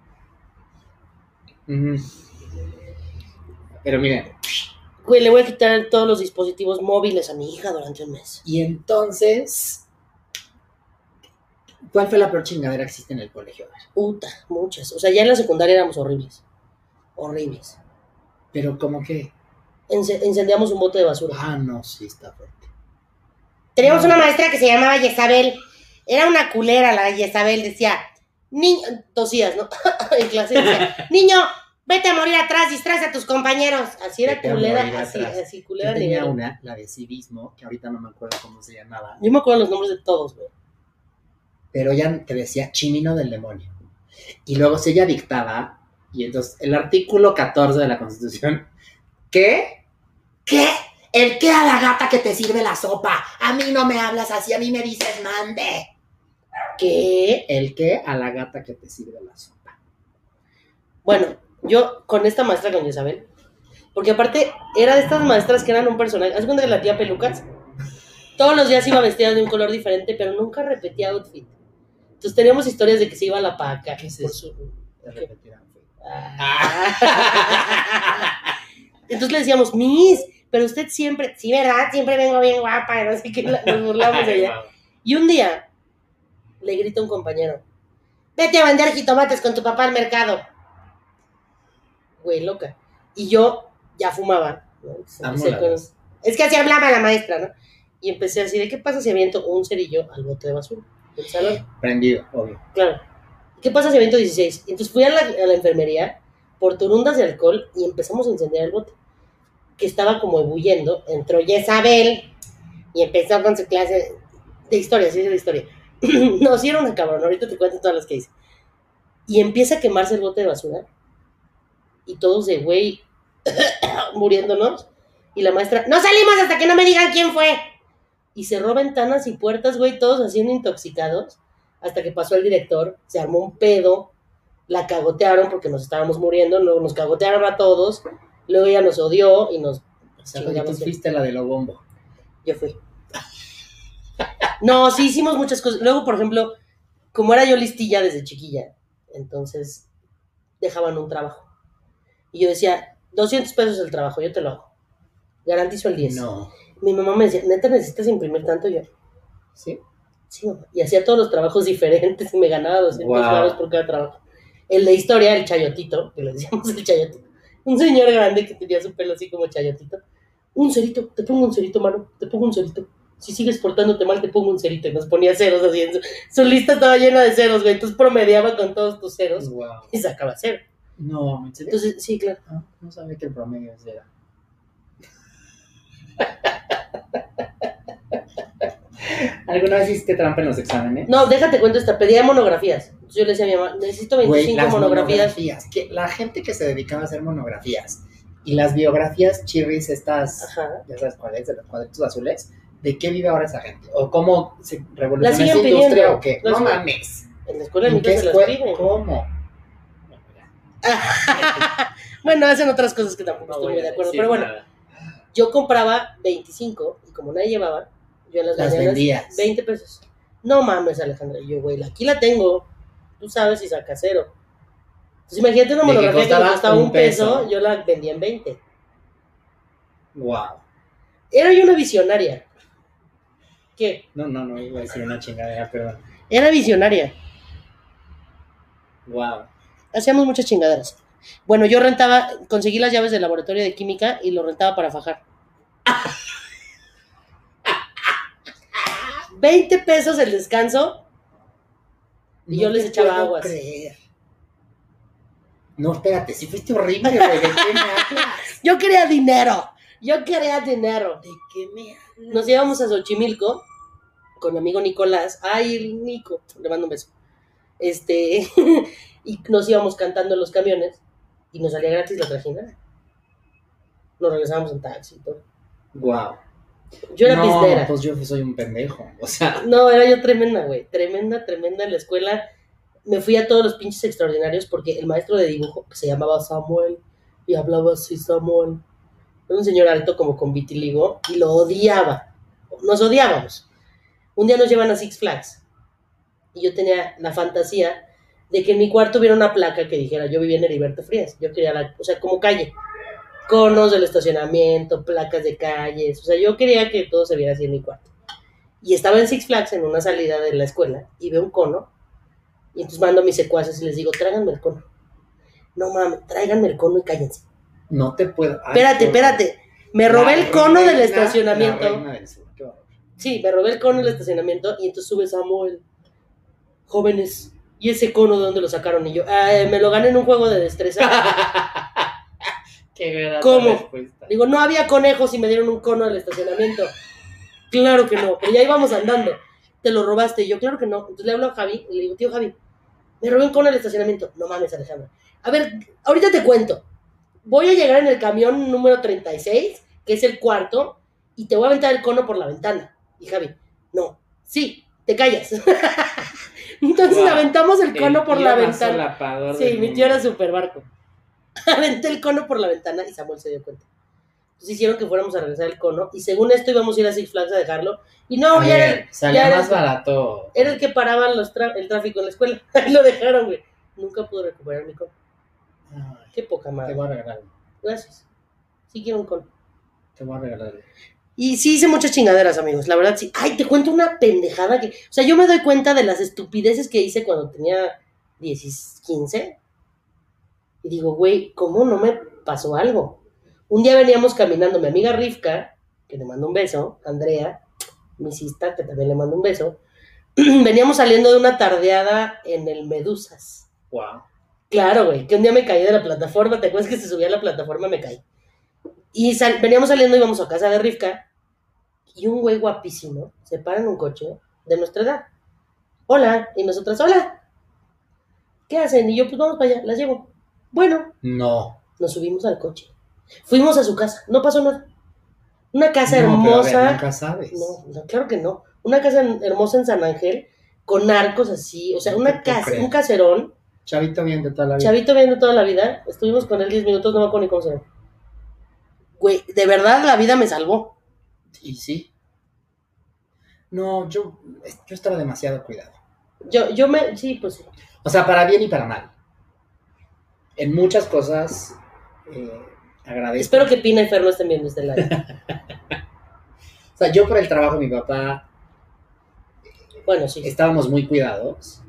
Pero miren. Güey, le voy a quitar todos los dispositivos móviles a mi hija durante un mes. Y entonces, ¿cuál fue la peor chingadera que existe en el colegio? Puta, muchas. O sea, ya en la secundaria éramos horribles. Horribles. ¿Pero cómo qué? Incendiamos un bote de basura. Ah, no, sí, está fuerte. Teníamos una maestra que se llamaba Yesabel. Era una culera la Yesabel. Decía, niño, tosías, ¿no? En clase decía, niño, vete a morir atrás, distraes a tus compañeros. Así era culera, así culera. Yo tenía una, la de civismo, que ahorita no me acuerdo cómo se llamaba. Yo me acuerdo los nombres de todos, güey. Pero ella te decía Chimino del demonio. Y luego si ella dictaba, y entonces el artículo 14 de la Constitución, ¿qué? El que a la gata que te sirve la sopa. A mí no me hablas así, a mí me dices mande. ¿Qué? El que a la gata que te sirve la sopa. Bueno, yo con esta maestra, con Isabel, porque aparte era de estas maestras que eran un personaje. ¿Haz cuenta que la tía Pelucas? Todos los días iba vestida de un color diferente, pero nunca repetía outfit. Entonces teníamos historias de que se iba a la paca. ¿Qué es eso? De repetir outfit. Entonces le decíamos, Miss, pero usted siempre, sí, ¿verdad? Siempre vengo bien guapa, no sé qué, nos burlamos de ella. Y un día le grita a un compañero, vete a vender jitomates con tu papá al mercado. Güey, loca. Y yo ya fumaba, ¿no? Es que así hablaba la maestra, ¿no? Y empecé así, ¿de qué pasa si aviento un cerillo al bote de basura del salón? Prendido, obvio. Claro. ¿Qué pasa si aviento 16? Entonces fui a la enfermería por turundas de alcohol y empezamos a incendiar el bote, que estaba como ebulliendo. Entró Yesabel y empezó con su clase de historia, sí, de historia. No, sí era una cabrón, ahorita te cuento todas las que hice. Y empieza a quemarse el bote de basura y todos de güey muriéndonos. Y la maestra, no salimos hasta que no me digan quién fue. Y cerró ventanas y puertas, güey, todos haciendo intoxicados, hasta que pasó el director, se armó un pedo, la cagotearon porque nos estábamos muriendo, luego nos cagotearon a todos, luego ella nos odió y nos... O sea, tú fuiste la de lo bombo. Yo fui. No, sí hicimos muchas cosas. Luego, por ejemplo, como era yo listilla desde chiquilla, entonces dejaban un trabajo. Y yo decía, 200 pesos el trabajo, yo te lo hago. Garantizo el 10. No. Mi mamá me decía, ¿neta necesitas imprimir tanto? Yo, ¿sí? Sí, mamá. Y hacía todos los trabajos diferentes y me ganaba 200 euros por cada trabajo. El de historia, el chayotito, que le decíamos el chayotito. Un señor grande que tenía su pelo así como chayotito. Un cerito, te pongo un cerito, mano, te pongo un cerito. Si sigues portándote mal, te pongo un cerito. Y nos ponía ceros así. Su lista estaba llena de ceros, güey. Entonces promediaba con todos tus ceros y sacaba cero. No, ¿en serio? Entonces, sí, claro. No sabía que el promedio era. ¿Alguna vez hiciste trampa en los exámenes? No, déjate cuento esta. Pedía monografías. Entonces yo le decía a mi mamá, necesito 25 monografías. Que la gente que se dedicaba a hacer monografías y las biografías chirris estas, ajá, ya sabes cuáles, de los cuadritos azules, ¿de qué vive ahora esa gente? ¿O cómo se revolucionó esa industria o qué? No mames. En la escuela de se las piden. ¿Cómo? Bueno, hacen otras cosas que tampoco estoy muy de acuerdo, pero bueno. Nada. Yo compraba 25 y como nadie llevaba, yo en las mañanas vendías. 20 pesos. No mames, Alejandra. Y yo, güey, aquí la tengo. Tú sabes si saca cero. Entonces imagínate una monografía que me costaba un peso, yo la vendía en 20. Wow. Era yo una visionaria. ¿Qué? No, iba a decir una chingadera, perdón. Era visionaria. Wow. Hacíamos muchas chingaderas. Bueno, yo conseguí las llaves del laboratorio de química y lo rentaba para fajar. 20 pesos el descanso y yo les echaba aguas. Creer. No, espérate, si fuiste horrible, güey, ¿de qué me hablas? Yo quería dinero. ¿De qué me hablas? Nos íbamos a Xochimilco con mi amigo Nicolás. Ay, el Nico, le mando un beso. Y nos íbamos cantando en los camiones y nos salía gratis la trajinera. Nos regresábamos en taxi y todo. Wow. Yo era pizdera. Pues yo soy un pendejo, o sea. No, era yo tremenda, güey. Tremenda en la escuela. Me fui a todos los pinches extraordinarios porque el maestro de dibujo, que se llamaba Samuel, y hablaba así, Samuel. Era un señor alto como con vitiligo y lo odiaba. Nos odiábamos. Un día nos llevan a Six Flags y yo tenía la fantasía de que en mi cuarto hubiera una placa que dijera yo vivía en Heriberto Frías. Yo quería, o sea, como calle. Conos del estacionamiento, placas de calles. O sea, yo quería que todo se viera así en mi cuarto. Y estaba en Six Flags en una salida de la escuela y veo un cono. Y entonces mando a mis secuaces y les digo, tráiganme el cono. No mames, tráiganme el cono y cállense. No te puedo. Ay, espérate. Me robé el cono del estacionamiento. Sí, me robé el cono del estacionamiento y entonces sube Samuel. Jóvenes, ¿y ese cono de dónde lo sacaron? Y yo, me lo gané en un juego de destreza. Qué grata ¿Cómo? Respuesta. Digo, no había conejos y me dieron un cono del estacionamiento. Claro que no, pero ya íbamos andando. Te lo robaste. Y yo, claro que no. Entonces le hablo a Javi y le digo, tío Javi, me robé un cono del estacionamiento. No mames, Alejandra. A ver, ahorita te cuento. Voy a llegar en el camión número 36, que es el cuarto, y te voy a aventar el cono por la ventana. Y Javi, no, sí, te callas. Entonces aventamos el cono por la ventana. Sí, mi tío era súper barco. Aventé el cono por la ventana y Samuel se dio cuenta. Entonces hicieron que fuéramos a regresar el cono y según esto íbamos a ir a Six Flags a dejarlo. Y no, salía más barato. Era el que paraba el tráfico en la escuela. Ahí lo dejaron, güey. Nunca pude recuperar mi cono. Ay, qué poca madre. Te voy a regalar. Gracias. Sí quiero un cono. Te voy a regalar. Y sí hice muchas chingaderas, amigos. La verdad, sí. Ay, te cuento una pendejada que... O sea, yo me doy cuenta de las estupideces que hice cuando tenía 15. Y digo, güey, ¿cómo no me pasó algo? Un día veníamos caminando, mi amiga Rivka, que le mando un beso, Andrea, mi sista, que también le mando un beso, veníamos saliendo de una tardeada en el Medusas. Wow. Claro, güey, que un día me caí de la plataforma, ¿te acuerdas que se subía a la plataforma? Me caí. Y veníamos saliendo, íbamos a casa de Rivka, y un güey guapísimo se para en un coche de nuestra edad. Hola, y nosotras, hola. ¿Qué hacen? Y yo, pues vamos para allá, las llevo. Bueno. No. Nos subimos al coche. Fuimos a su casa, no pasó nada. Una casa hermosa. Pero a ver, nunca sabes. No, claro que no. Una casa hermosa en San Ángel, con arcos así, o sea, una casa, un caserón. Chavito bien de toda la vida. Estuvimos con él 10 minutos, no me acuerdo ni cómo se llama. Güey, de verdad la vida me salvó. Y sí. No, yo estaba demasiado cuidado. Sí, pues sí. O sea, para bien y para mal. En muchas cosas agradezco. Espero que Pina y Fer no estén viendo este live. O sea, yo por el trabajo de mi papá, bueno, sí. Estábamos muy cuidados.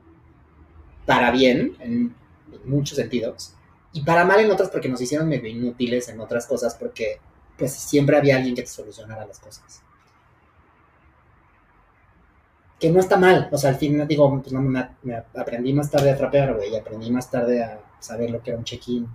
Para bien, en muchos sentidos. Y para mal en otras, porque nos hicieron medio inútiles en otras cosas, porque pues siempre había alguien que te solucionara las cosas. Que no está mal, o sea, al fin, digo, pues no, me aprendí más tarde a trapear, güey, y aprendí más tarde a saber lo que era un check-in.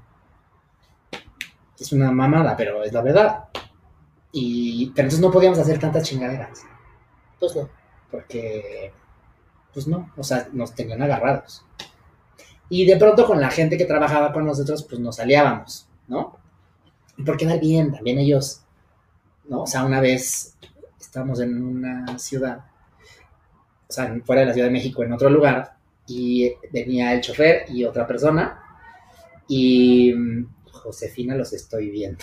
Es una mamada, pero es la verdad. Pero entonces no podíamos hacer tantas chingaderas. Pues no. Porque, pues no, o sea, nos tenían agarrados. Y de pronto con la gente que trabajaba con nosotros, pues nos aliábamos, ¿no? Y por quedar bien, también ellos, ¿no? O sea, una vez estábamos en una ciudad, o sea, fuera de la Ciudad de México, en otro lugar, y venía el chofer y otra persona, y Josefina, los estoy viendo.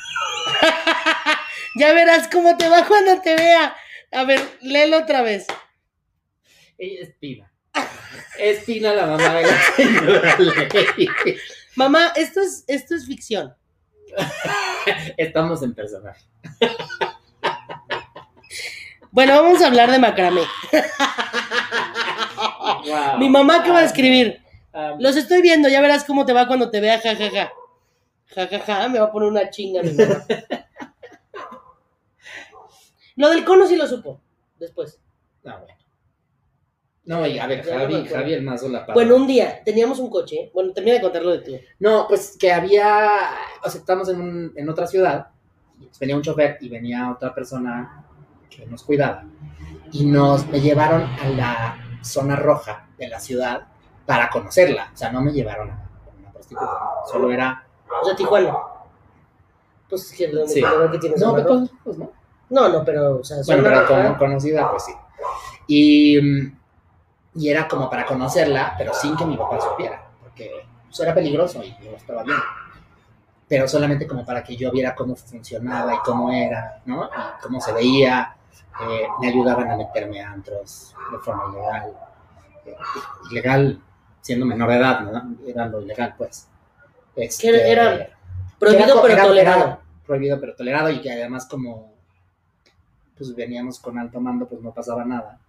Ya verás cómo te va cuando te vea. A ver, léelo otra vez. Ella es Pina. Es Pina, la mamá de la señora Ley. Mamá, esto es ficción. Estamos en personaje. Bueno, vamos a hablar de macramé. Wow. Mi mamá acaba de escribir. Los estoy viendo, ya verás cómo te va cuando te vea, jajaja. Jajaja, me va a poner una chinga mi mamá. Lo del cono sí lo supo, después. No, bueno. No, y a ver, Ya no me acuerdo. Javi el más solapado. Bueno, un día teníamos un coche. Bueno, termina de contarlo de tú. No, pues que había, o sea, estábamos en otra ciudad, y venía un chofer y venía otra persona que nos cuidaba. Y me llevaron a la zona roja de la ciudad para conocerla. O sea, no me llevaron a una prostituta, solo era... O sea, Tijuana. Pues es que donde Sí. que tienes No, zona roja. pues no. No, pero, o sea, Bueno, zona pero roja. como conocida, pues sí. Y era como para conocerla, pero sin que mi papá supiera, porque pues, era peligroso y yo estaba bien. Pero solamente como para que yo viera cómo funcionaba y cómo era, ¿no? Y cómo se veía. Me ayudaban a meterme a antros de forma ilegal. Ilegal siendo menor de edad, ¿no? Era lo ilegal, pues. Que era prohibido pero tolerado. Era prohibido pero tolerado y que además como pues veníamos con alto mando, pues no pasaba nada.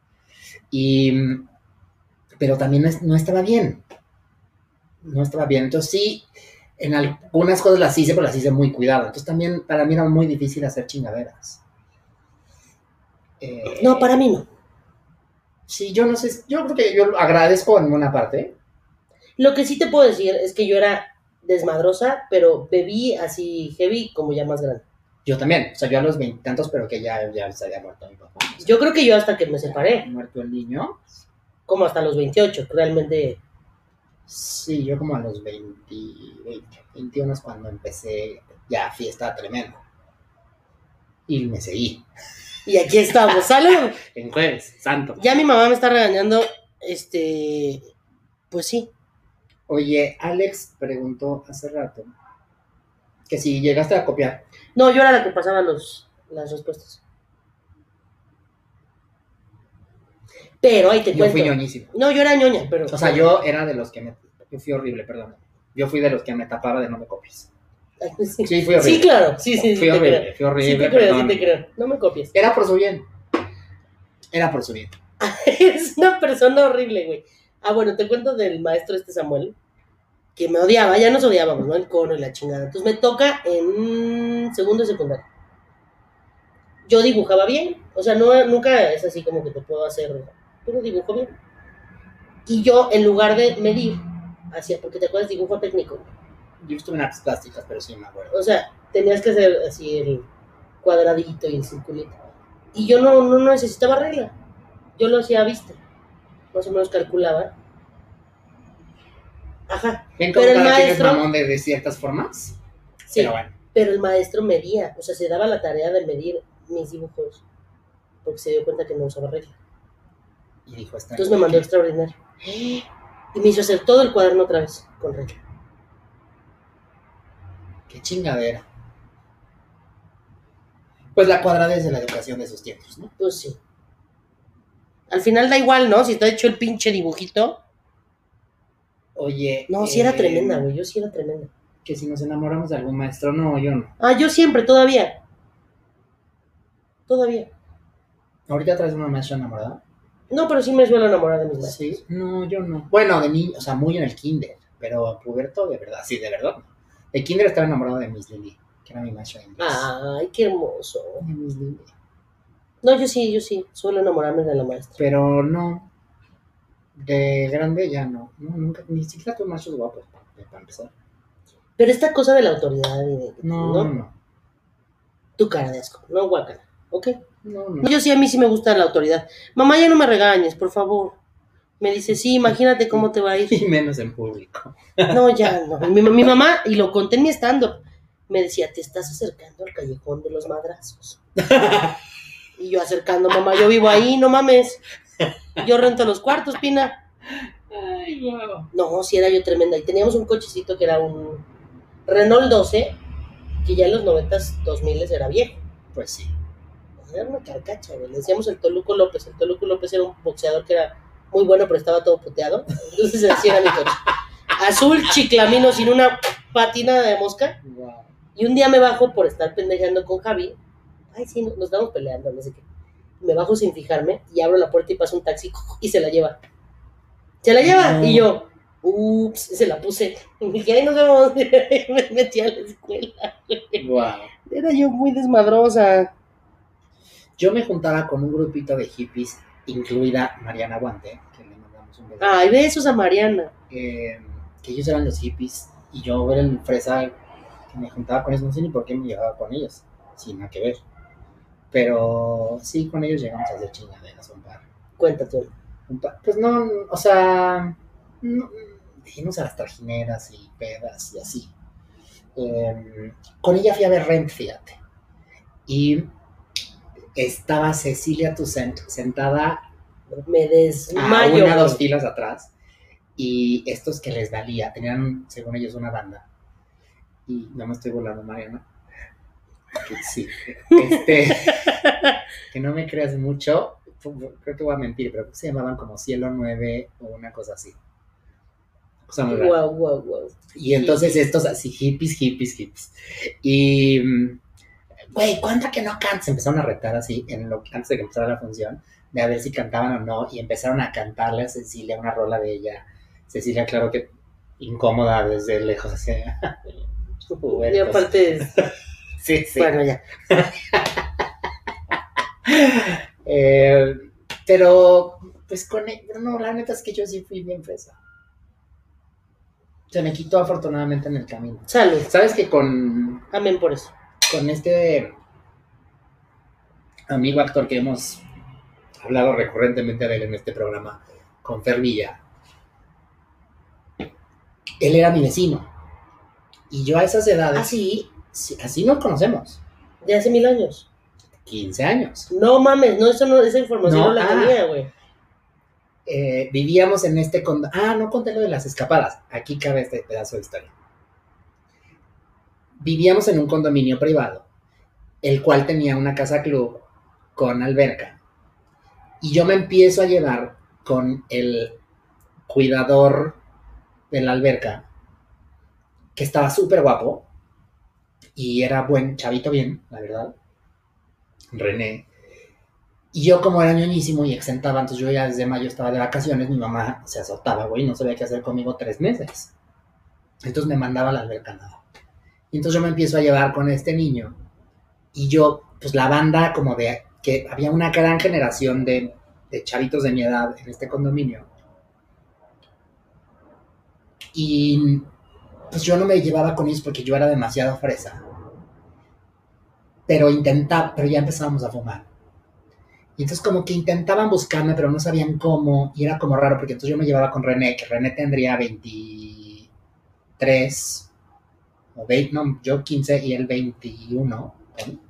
Pero también no estaba bien. No estaba bien. Entonces sí, en algunas cosas las hice, pero las hice muy cuidado. Entonces también para mí era muy difícil hacer chingaderas. No, para mí no. Sí, yo no sé, yo creo que yo lo agradezco en una parte. Lo que sí te puedo decir es que yo era desmadrosa, pero bebí así heavy como ya más grande. Yo también, o sea, yo a los 20 tantos, pero que ya se había muerto mi papá. O sea, Yo creo que yo hasta que me separé, muerto el niño. como hasta los 28, realmente. Sí, yo como a los 21 es cuando empecé ya fiesta tremenda. Y me seguí. Y aquí estamos, ¡salud! En Jueves Santo. Ya mi mamá me está regañando, pues sí. Oye, Alex preguntó hace rato que si llegaste a copiar. No, yo era la que pasaba las respuestas. Pero ahí te Yo cuento. fui ñoñísimo. No, yo era ñoña, pero... O sea, yo era de los que yo fui horrible, perdón. Yo fui de los que me tapaba de no me copies. Sí, Sí, fui horrible. sí, claro, sí, Fui te horrible, creo. fui horrible. Sí te creo, perdón. sí te creo. No me copies. Era por su bien. Era por su bien. Es una persona horrible, güey. Ah, bueno, te cuento del maestro Samuel, que me odiaba, ya nos odiábamos, ¿no? El cono y la chingada. Entonces me toca en segundo de secundaria. Yo dibujaba bien, o sea, nunca es así como que te puedo hacer, pero dibujo bien. Y yo, en lugar de medir, hacía, porque te acuerdas, dibujo técnico. Yo estuve en artes plásticas, pero sí me acuerdo. O sea, tenías que hacer así el cuadradito y el circulito. Y yo no necesitaba regla. Yo lo hacía a vista. Más o menos calculaba. Ajá. Ven como Pero el cada quien es maestro- mamón de ciertas formas. Sí, Pero bueno. pero el maestro medía. O sea, se daba la tarea de medir mis dibujos. Porque se dio cuenta que no usaba regla. Y dijo, está Entonces me mandó extraordinario. Y me hizo hacer todo el cuaderno otra vez, con regla. Qué chingadera. Pues la cuadradez de la educación de esos tiempos, ¿no? Pues sí. Al final da igual, ¿no? Si está hecho el pinche dibujito. Oye. No, sí era tremenda, güey. Yo sí era tremenda. Que si nos enamoramos de algún maestro, no, yo no. Ah, yo siempre, todavía. Todavía. ¿Ahorita traes una maestra enamorada? No, pero sí me suelo enamorar de mis maestros. Sí. No, yo no. Bueno, de mí, o sea, muy en el kinder. Pero puberto, de verdad, sí, de verdad. De kinder estaba enamorado de Miss Lily, que era mi maestra de inglés. Ay, qué hermoso. De Miss Lily. No, yo sí. Suelo enamorarme de la maestra. Pero no. De grande ya no. No, nunca. Ni siquiera tuve maestros guapos, para empezar. Pero esta cosa de la autoridad y de... No. Tu cara de asco. No, guácala. ¿Ok? No. Yo sí, a mí sí me gusta la autoridad. Mamá, ya no me regañes, por favor. Me dice, sí, imagínate cómo te va a ir. Y menos en público. No, ya no. Mi mamá, y lo conté en mi stand-up, me decía, te estás acercando al callejón de los madrazos. Y yo acercando, mamá, yo vivo ahí, no mames. Yo rento los cuartos, Pina. Ay, wow. No, sí era yo tremenda. Y teníamos un cochecito que era un Renault 12, que ya en los 90s, 2000 era viejo. Pues sí. Era una carcacha, güey. Le decíamos el Toluco López. El Toluco López era un boxeador que era muy bueno, pero estaba todo puteado. Entonces así era mi coche. Azul, chiclamino, sin una patina de mosca. Wow. Y un día me bajo por estar pendejando con Javi. Ay, sí, nos estamos peleando, no sé qué. me bajo sin fijarme y abro la puerta y pasa un taxi y se la lleva. Se la lleva No. y yo, ups, se la puse. Y dije, ahí nos vemos. Me metí a la escuela. Wow. Era yo muy desmadrosa. Yo me juntaba con un grupito de hippies, incluida Mariana Guante, que le mandamos un beso. Ay, besos a Mariana. Que ellos eran los hippies y yo era el fresa que me juntaba con ellos, no sé ni por qué me llevaba con ellos, sin nada que ver. Pero sí, con ellos llegamos a hacer chingaderas un par. Cuéntate. Pues no, o sea, no, dijimos a las trajineras y pedas y así. Con ella fui a ver Rent, fíjate. Y estaba Cecilia Toussaint sentada Me a desmayo. una o dos güey. filas atrás. Y estos que les valía, tenían, según ellos, una banda. Y no me estoy burlando, Mariana. Que sí. Que no me creas mucho, creo que voy a mentir, pero se llamaban como Cielo 9 o una cosa así. Cosa muy rara. Wow. Y entonces estos así, hippies. Y, güey, ¿cuánto que no cantas? Empezaron a retar así, antes de que empezara la función, de a ver si cantaban o no, y empezaron a cantarle a Cecilia una rola de ella. Cecilia, claro que incómoda desde lejos, así. Y aparte, Sí. bueno, ya. Pero, pues no, la neta es que yo sí fui bien fresa. Se me quitó afortunadamente en el camino. Salud. ¿Sabes que con Amén por eso. este amigo actor que hemos hablado recurrentemente de él en este programa, con Fer Villa, él era mi vecino? Y yo a esas edades, así nos conocemos, De hace 1000 años. 15 años. No mames, no, esa información no la tenía, güey. Vivíamos en este condominio. No conté lo de las escapadas. Aquí cabe este pedazo de historia. Vivíamos en un condominio privado, el cual tenía una casa club con alberca. Y yo me empiezo a llevar con el cuidador de la alberca, que estaba súper guapo y era buen chavito bien, la verdad. René. Y yo, como era ñoñísimo y exentaba, entonces yo ya desde mayo estaba de vacaciones, mi mamá se azotaba, güey, no sabía qué hacer conmigo 3 meses. Entonces me mandaba a la alberca nada. Y entonces yo me empiezo a llevar con este niño. Y yo, pues la banda como de, que había una gran generación de chavitos de mi edad en este condominio. Y pues yo no me llevaba con ellos porque yo era demasiado fresa. Pero ya empezábamos a fumar. Y entonces como que intentaban buscarme, pero no sabían cómo, y era como raro, porque entonces yo me llevaba con René, que René tendría 23, o 20, no, yo 15 y él 21. ¿Sí?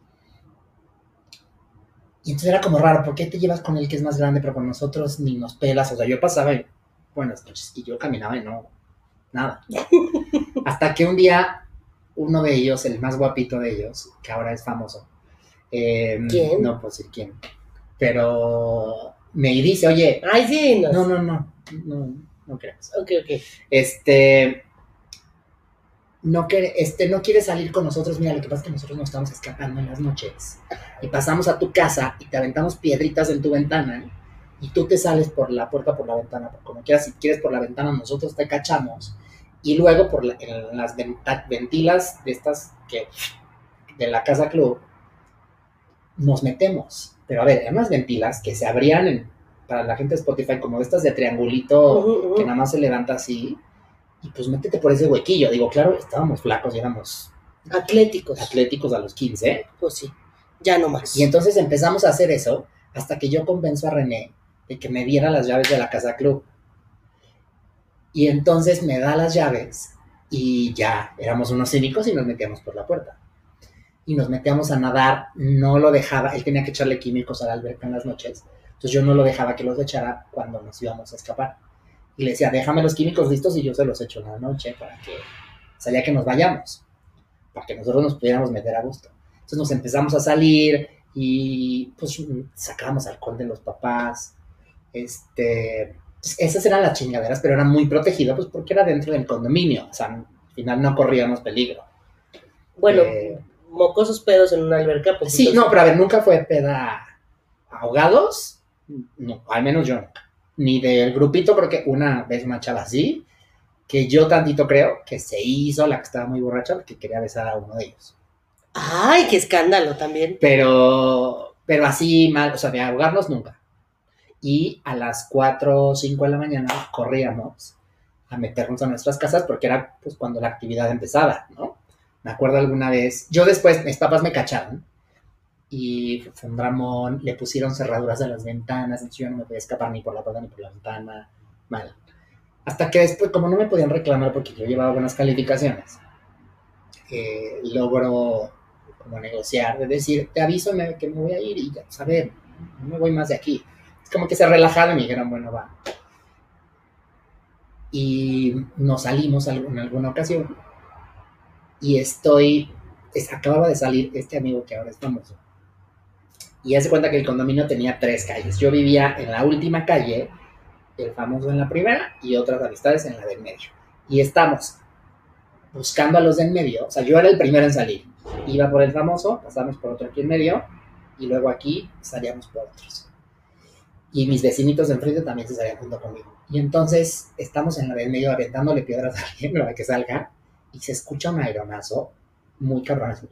Y entonces era como raro, ¿por qué te llevas con él que es más grande, pero con nosotros ni nos pelas? O sea, yo pasaba y, buenas noches, y yo caminaba y no, nada. Hasta que un día, uno de ellos, el más guapito de ellos, que ahora es famoso, ¿quién? No puedo decir quién, pero me dice, oye, Ay, sí, no creas. Ok. No quiere salir con nosotros. Mira, lo que pasa es que nosotros nos estamos escapando en las noches y pasamos a tu casa y te aventamos piedritas en tu ventana y tú te sales por la puerta, por la ventana, como quieras. Si quieres por la ventana, nosotros te cachamos y luego en las ventilas de estas de la casa club nos metemos. Pero a ver, eran unas ventilas que se abrían para la gente de Spotify como estas de triangulito que nada más se levanta así. Y pues métete por ese huequillo. Digo, claro, estábamos flacos y éramos atléticos a los 15. Pues sí, ya no más. Y entonces empezamos a hacer eso hasta que yo convenzo a René de que me diera las llaves de la casa club. Y entonces me da las llaves y ya éramos unos cínicos y nos metíamos por la puerta. Y nos metíamos a nadar, no lo dejaba, él tenía que echarle químicos a la alberca en las noches, entonces yo no lo dejaba que los echara cuando nos íbamos a escapar. Y le decía, déjame los químicos listos y yo se los echo en la noche para que, salía que nos vayamos, para que nosotros nos pudiéramos meter a gusto. Entonces nos empezamos a salir y pues sacábamos alcohol de los papás. Esas eran las chingaderas, pero era muy protegido pues porque era dentro del condominio, o sea, al final no corríamos peligro. Bueno, mocosos pedos en una alberca. Sí, no, pero a ver, nunca fue peda ahogados, no, al menos yo no. Ni del grupito, creo que una vez una chava así, que yo tantito creo que se hizo la que estaba muy borracha porque quería besar a uno de ellos. Ay, qué escándalo también. Pero así mal, o sea, de ahogarnos nunca. Y a las 4 o 5 de la mañana corríamos a meternos a nuestras casas porque era pues cuando la actividad empezaba, ¿no? Me acuerdo alguna vez, yo después, mis papás me cacharon y fue un dramón, le pusieron cerraduras a las ventanas, entonces yo no me podía escapar ni por la puerta ni por la ventana, mal. Hasta que después, como no me podían reclamar porque yo llevaba buenas calificaciones, logro como negociar, de decir, te aviso que me voy a ir y ya, pues, a ver, no me voy más de aquí. Es como que se relajaron y me dijeron, bueno, va. Y nos salimos en alguna ocasión y acababa de salir este amigo que ahora es famoso. Y hace cuenta que el condominio tenía 3 calles. Yo vivía en la última calle, el famoso en la primera y otras amistades en la del medio. Y estamos buscando a los del medio. O sea, yo era el primero en salir. Iba por el famoso, pasamos por otro aquí en medio y luego aquí salíamos por otros. Y mis vecinitos de enfrente también se salían junto conmigo. Y entonces estamos en la del medio aventándole piedras a alguien para que salga y se escucha un aeronazo muy cabrón. Así.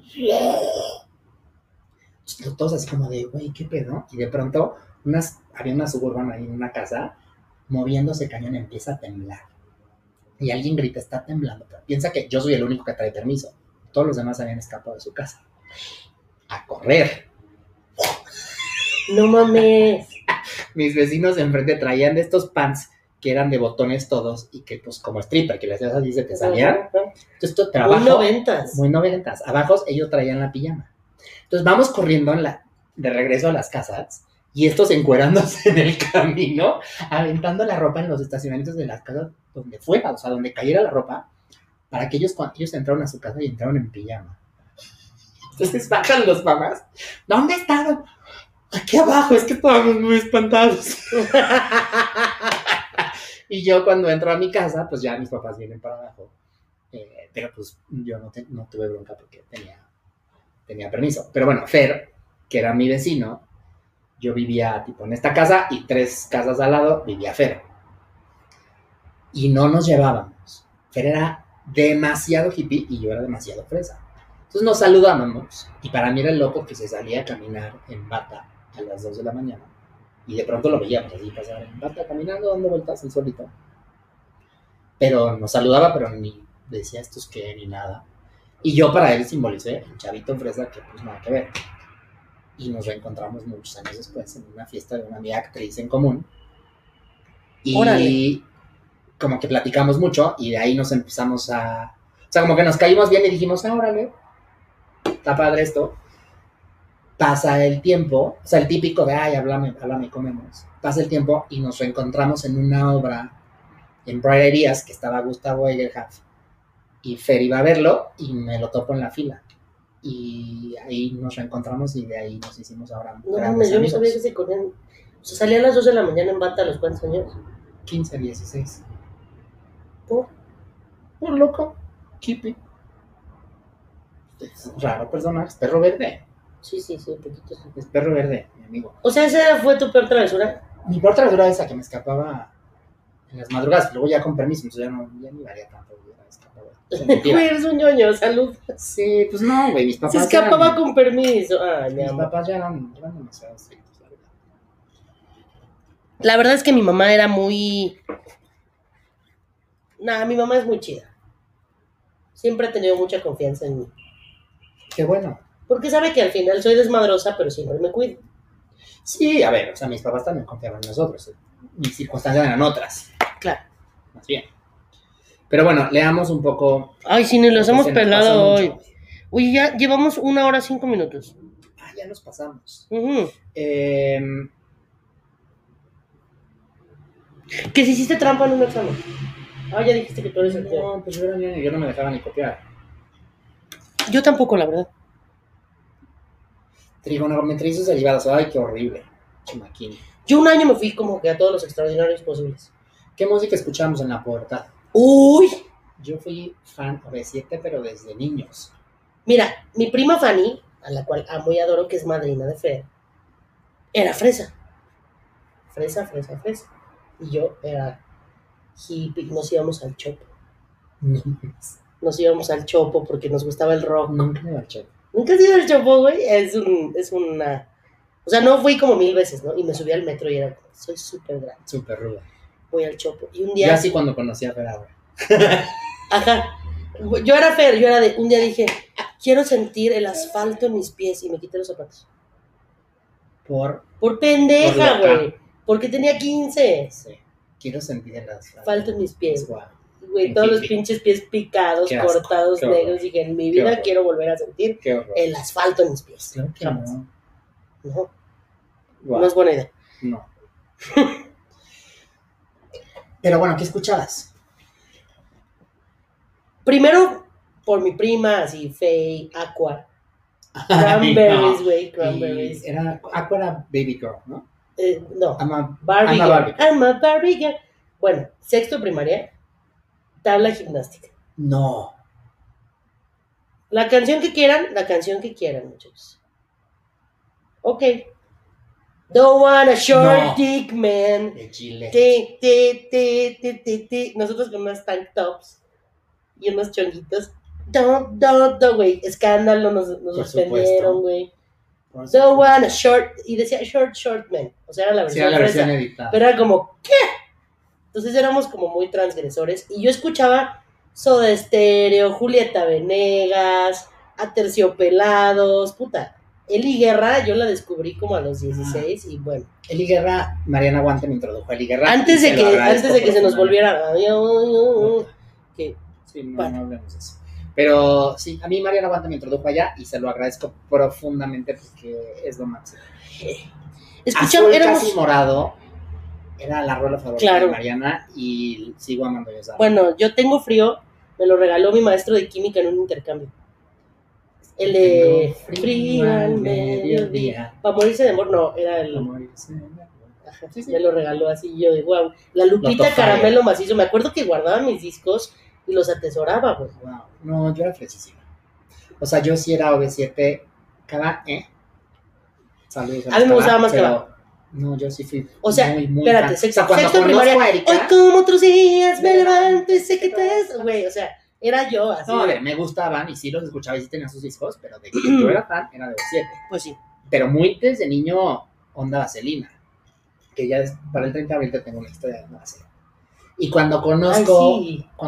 Todos así como de, güey, ¿qué pedo? Y de pronto había una suburban ahí en una casa, moviéndose cañón, empieza a temblar. Y alguien grita, está temblando. Pero piensa que yo soy el único que trae permiso. Todos los demás habían escapado de su casa. A correr. No mames. Mis vecinos de enfrente traían de estos pants que eran de botones todos y que pues como stripper, que les hacías así se te salían. Entonces tú trabajo. Muy noventas. Muy noventas. Abajo ellos traían la pijama. Entonces vamos corriendo de regreso a las casas y estos encuerándose en el camino, aventando la ropa en los estacionamientos de las casas donde fuera, o sea, donde cayera la ropa, para que cuando ellos entraron a su casa y entraron en pijama. Entonces bajan los mamás. ¿Dónde estaban? Aquí abajo, es que estábamos muy espantados. Y yo cuando entro a mi casa, pues ya mis papás vienen para abajo. Pero pues yo no tuve bronca porque tenía permiso. Pero bueno, Fer, que era mi vecino, yo vivía tipo en esta casa y 3 casas al lado vivía Fer. Y no nos llevábamos. Fer era demasiado hippie y yo era demasiado fresa. Entonces nos saludábamos y para mí era el loco que se salía a caminar en bata a las 2 de la mañana y de pronto lo veíamos así pasar en bata caminando, dando vueltas el solito. Pero nos saludaba, pero ni decía estos qué ni nada. Y yo para él simbolicé el chavito fresa que pues nada que ver. Y nos reencontramos muchos años después en una fiesta de una amiga actriz en común. Y órale, como que platicamos mucho y de ahí nos empezamos a... O sea, como que nos caímos bien y dijimos, órale, está padre esto. Pasa el tiempo, o sea, el típico de, ay, háblame, comemos. Pasa el tiempo y nos reencontramos en una obra en Bright Ideas que estaba Gustavo Egerhard. Y Fer iba a verlo y me lo topo en la fila. Y ahí nos reencontramos y de ahí nos hicimos ahora. No mames, yo no sabía que se corrían. O sea, salía a las 2 de la mañana en bata a los cuántos años. 15, 16. ¿Por? Por loco. Kippy. Es un raro personaje, es perro verde. Sí, un poquito. Es perro verde, mi amigo. O sea, ¿esa fue tu peor travesura? Mi peor travesura es esa, que me escapaba en las madrugadas, luego ya con permiso, entonces ya ni varía tanto. Eres un ñoño, salud. Sí, pues no, güey, mis papás. Se escapaba con permiso. Ay, mis papás ya eran demasiado estrictos, la verdad. La verdad es que mi mamá era muy. Mi mamá es muy chida. Siempre ha tenido mucha confianza en mí. Qué bueno. Porque sabe que al final soy desmadrosa, pero siempre me cuido. Sí, a ver, o sea, mis papás también confiaban en nosotros. Mis circunstancias eran otras. Claro. Más bien. Pero bueno, leamos un poco. Ay, sí, ni los hemos pelado hoy. Oye, ya llevamos 1 hora 5 minutos. Ya nos pasamos. Uh-huh. Que si hiciste trampa en un examen. Ya dijiste que tú eres el tío. No, pues yo no me dejaba ni copiar. Yo tampoco, la verdad. Trigonometría derivadas. Ay, qué horrible. Chimaquín. Yo 1 año me fui como que a todos los extraordinarios posibles. ¿Qué música escuchamos en la pubertad? ¡Uy! Yo fui fan de 7, pero desde niños. Mira, mi prima Fanny, a la cual amo y adoro, que es madrina de Fer, era fresa. Fresa. Y yo era hippie, nos íbamos al Chopo. Nos íbamos al Chopo porque nos gustaba el rock. Nunca me iba al Chopo. ¿Nunca has ido al Chopo, güey? Es una... O sea, no fui como 1000 veces, ¿no? Y me subí al metro y era como, soy súper grande. Súper ruda. Voy al Chopo. Y un día... Yo así cuando conocí a Fer ahora. Ajá. Yo era Fer, un día dije, quiero sentir el asfalto en mis pies y me quité los zapatos. Por pendeja, Por loca. güey. Porque tenía 15. Sí. Quiero sentir el asfalto. Falta en mis pies. Guau. Güey, En todos los hippie. pinches pies picados, Qué asco, cortados, qué horror. negros. Dije, en mi Qué vida horror. quiero volver a sentir Qué horror. el asfalto en mis pies. Claro que Jamás. no. No, Guau. no es buena idea. No. Pero bueno, ¿qué escuchabas? Primero, por mi prima, así, Faye, Aqua. Cranberries, güey, Cranberries. Aqua era Baby Girl, ¿no? No, Ama Barbie Ama Girl. I'm a Barbie Girl. Bueno, sexto de primaria, tabla gimnástica. No. La canción que quieran, muchachos. Ok. Don't want a short No. dick, man. De Chile. Nosotros con unas tank tops y unos chonguitos. Don't, güey. Escándalo, nos suspendieron, supuesto. güey. Don't want a short. Y decía short man. O sea, era la Sí, versión, era la versión fresa. editada. Pero era como, ¿qué? Entonces éramos como muy transgresores. Y yo escuchaba Soda Stereo, Julieta Venegas, Aterciopelados, puta. Eli Guerra, yo la descubrí como a los 16 y bueno. Eli Guerra, Mariana Guante me introdujo a Eli Guerra. Antes y de se lo que agradezco se nos profundamente. volviera... que Sí, no, Bueno. no hablemos de eso. Pero sí, a mí Mariana Guante me introdujo allá y se lo agradezco profundamente porque es lo máximo. escuchamos, Azul éramos... casi morado era la rola favorita Claro. de Mariana y sigo amando yo esa. Bueno, yo tengo frío, me lo regaló mi maestro de química en un intercambio. El de Tengo frío al mediodía. Para morirse de amor, no, era el... Ajá, Sí, sí. me lo regaló así, yo de wow. La Lupita Loto Caramelo Macizo, me acuerdo que guardaba mis discos y los atesoraba, güey. Wow. No, yo era fresísima. O sea, yo sí era OV7 cada Saludos A mí me gustaba más pero Cava. No, yo sí fui O sea, muy, muy espérate, fan. sexto, O sea, cuando sexto de conozco primaria, a Erika, hoy como otros días me levanto y sé que te es, güey, o sea, era yo así. no, a de- ver, me gustaban y sí los escuchaba y sí tenía sus discos, pero de que yo era fan, era de OV7. Pues sí. Pero muy desde niño, Onda Vaselina. Que ya es, para el 30 de abril te tengo una historia de Onda Vaselina. Y cuando conozco, Ay, sí.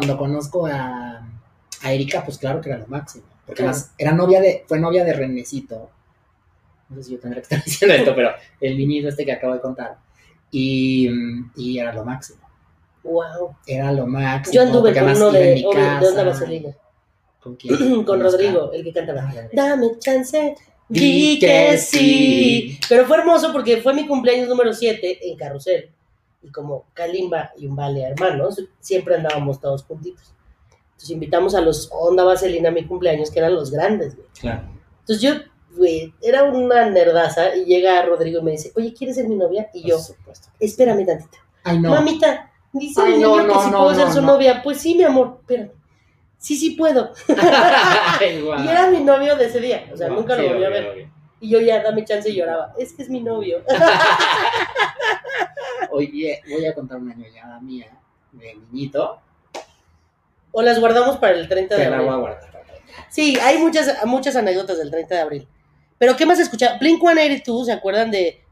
a Erika, pues claro que era lo máximo. Porque Claro. además fue novia de Renecito. No sé si yo tendría que estar diciendo esto, pero el niñito este que acabo de contar. Y era lo máximo. Wow. Era lo máximo. Yo anduve porque con además uno iba en de mi Onda casa. Vaselina. ¿Con quién? Con Oscar. Rodrigo, el que cantaba. Ah, Dame chance, Di di que que sí. sí. Pero fue hermoso porque fue mi cumpleaños número 7 en Carrusel. Y como Kalimba y Umbale hermanos, siempre andábamos todos juntitos. Entonces invitamos a los Onda Vaselina a mi cumpleaños, que eran los grandes, güey. Claro. Entonces yo, güey, era una nerdaza y llega Rodrigo y me dice, oye, ¿quieres ser mi novia? Y yo, Por supuesto. espérame tantito. Ay, no. Mamita, dice Ay, el no, niño que no, sí no, puedo ser no, su no. novia. Pues sí, mi amor, espérame. Sí puedo. Ay, guau. Y era mi novio de ese día. O sea, Guau, nunca sí, lo volví a obvio, ver. obvio. Y yo ya, dame chance y lloraba. Es que es mi novio. Oye, voy a contar una ñoñada mía de niñito. O las guardamos para el 30 de Te la voy a abril. guardar. Sí, hay muchas anécdotas del 30 de abril. Pero ¿qué más escuchaba? Blink-182, ¿se acuerdan de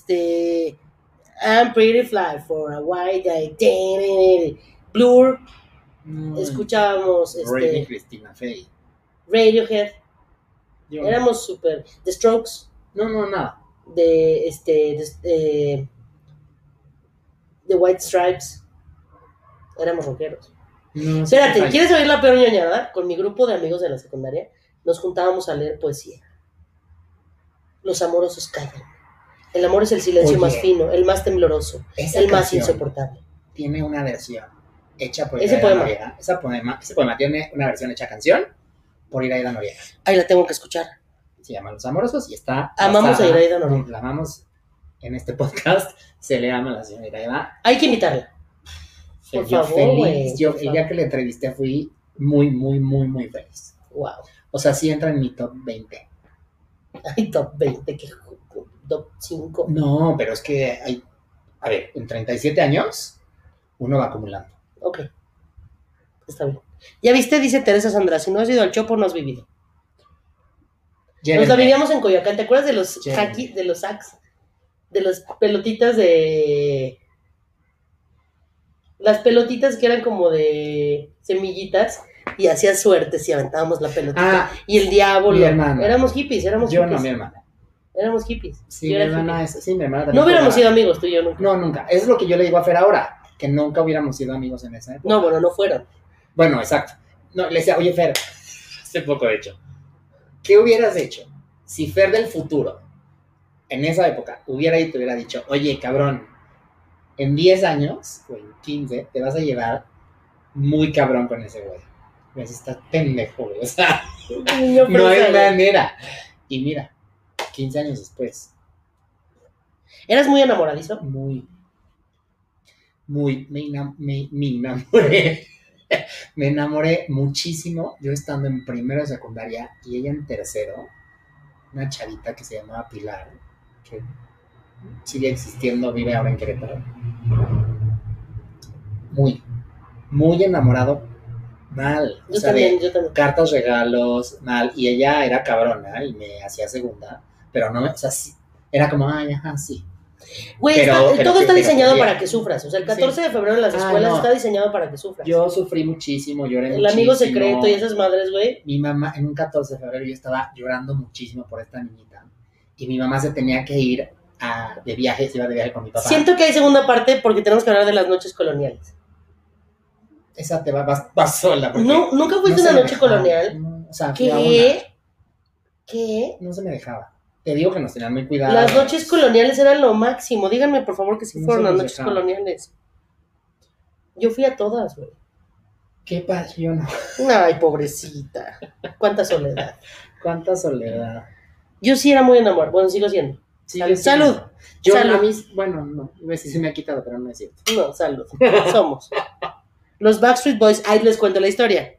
I'm pretty fly for a white guy? Blur, No, escuchábamos Raven Cristina Fey. Radiohead, Yo éramos súper... The Strokes, no, nada. de The White Stripes, éramos rockeros. No, sí Espérate, te ¿quieres oír la peor ñoñada? Con mi grupo de amigos de la secundaria nos juntábamos a leer poesía. Los amorosos callan. El amor es el silencio Oye, más fino, el más tembloroso, esa el más canción insoportable. tiene una versión hecha por Ese Iraida poema. Noriega. Ese poema tiene una versión hecha canción por Iraida Noriega. Ahí la tengo que escuchar. Se llama Los Amorosos y está... Amamos basada- a Iraida Noriega. La amamos en este podcast. Se le ama a la señora Iraida. Hay que invitarla. Por Yo favor, feliz. güey, Yo por el favor. día que la entrevisté fui muy, muy, muy, muy feliz. Wow. O sea, sí entra en mi top 20. Ay, top 20, qué top 5. No, pero es que hay, a ver, en 37 años uno va acumulando. Ok, está bien. Ya viste, dice Teresa Sandra, si no has ido al Chopo, no has vivido. Nos la vivíamos en Coyoacán, ¿te acuerdas de los haki, de los sacks? De las pelotitas de... Las pelotitas que eran como de semillitas y hacías suertes y aventábamos la pelotita. Y el diablo. Mi hermana. Éramos hippies. Yo no, mi hermana. Éramos hippies. Sí, mi hermana sí, mi hermana también. No hubiéramos sido amigos tú y yo nunca. No, nunca. Es lo que yo le digo a Fer ahora, que nunca hubiéramos sido amigos en esa época. No, bueno, no fueron. Bueno, exacto. No, le decía, oye, Fer, hace poco de hecho, ¿qué hubieras hecho si Fer del futuro, en esa época, hubiera y te hubiera dicho, oye, cabrón, en 10 años, o en 15, te vas a llevar muy cabrón con ese güey? Me dices, estás pendejo, güey. O sea, no hay manera. Y mira, 15 años después. ¿Eras muy enamoradizo? Muy. Me enamoré. Me enamoré muchísimo, yo estando en primero de secundaria y ella en tercero, una chavita que se llamaba Pilar, que sigue existiendo, vive ahora en Querétaro. Muy enamorado, mal. Yo también. Cartas, regalos, mal. Y ella era cabrona y me hacía segunda, pero no, o sea, sí, era como, ay, ajá, sí. Güey, todo está diseñado para que sufras. O sea, el 14 de febrero en las escuelas está diseñado para que sufras. Yo sufrí muchísimo, lloré muchísimo. El amigo secreto y esas madres, güey. Mi mamá, en un 14 de febrero yo estaba llorando muchísimo por esta niñita. Y mi mamá se tenía que ir de viaje, se iba de viaje con mi papá. Siento que hay segunda parte porque tenemos que hablar de las noches coloniales. Esa te vas sola. No, nunca fuiste una noche colonial. No, o sea, ¿Qué? No se me dejaba. Te digo que nos tenían muy cuidado. Las noches coloniales eran lo máximo. Díganme, por favor, que sí fueron las noches coloniales. Yo fui a todas, güey. Qué padre, yo no. Ay, pobrecita. Cuánta soledad. Cuánta soledad. Yo sí era muy enamorado. Bueno, sigo siendo. Sí, salud. Yo salud. A mí, bueno, no. A ver si se me ha quitado, pero no es cierto. No, salud. Somos. Los Backstreet Boys, ahí les cuento la historia.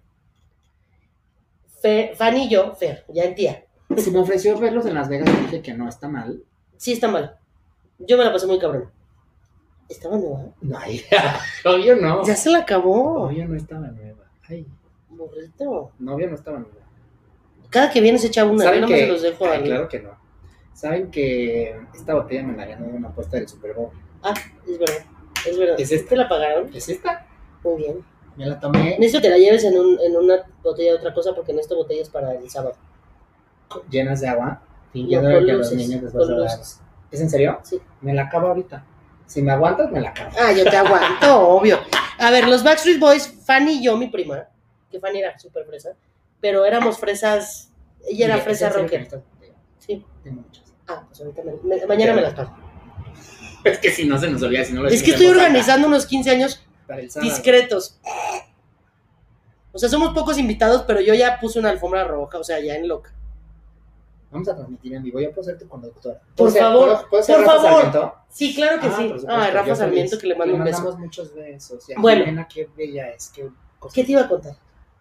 Fanny y yo, Fer, ya en tía. Si me ofreció verlos en Las Vegas, dije que no, está mal. Sí, está mal. Yo me la pasé muy cabrón. ¿Estaba nueva? No, obvio no. Ya se la acabó. Obvio no estaba nueva. Ay. Burrito. No, obvio no estaba nueva. Cada que viene se echa una, ¿Saben no que, me se los dejo a claro que no. ¿Saben que esta botella me la ganó de una apuesta del Super Bowl? Ah, es verdad. Es verdad. ¿Es esta? ¿Te la pagaron? ¿Es esta? Muy bien. Me la tomé. Necesito que la lleves en una botella de otra cosa porque necesito botellas para el sábado. Llenas de agua. Fingiendo No, que luces, los niños les vas a dar. ¿Es en serio? Sí. Me la acabo ahorita. Si me aguantas, me la acabo. Ah, yo te aguanto, obvio. A ver, los Backstreet Boys, Fanny y yo, mi prima, que Fanny era súper fresa, pero éramos fresas, ella era fresa rocker. Sí. Tengo muchas. Ah, pues ahorita mañana me las paso. Es que si no se nos olvida, si no lo Es que estoy organizando unos 15 años para el sábado. Discretos. O sea, somos pocos invitados, pero yo ya puse una alfombra roja, o sea, ya en loca. Vamos a transmitir en vivo. Yo puedo ser tu conductora. Por favor, ¿puedo ser por Rafa favor. Sarmiento? Sí, claro que sí. Ah, Rafa Sarmiento, que le mando un beso. Le mandamos muchos besos. Bueno. Jimena, qué bella es. ¿Qué te iba a contar?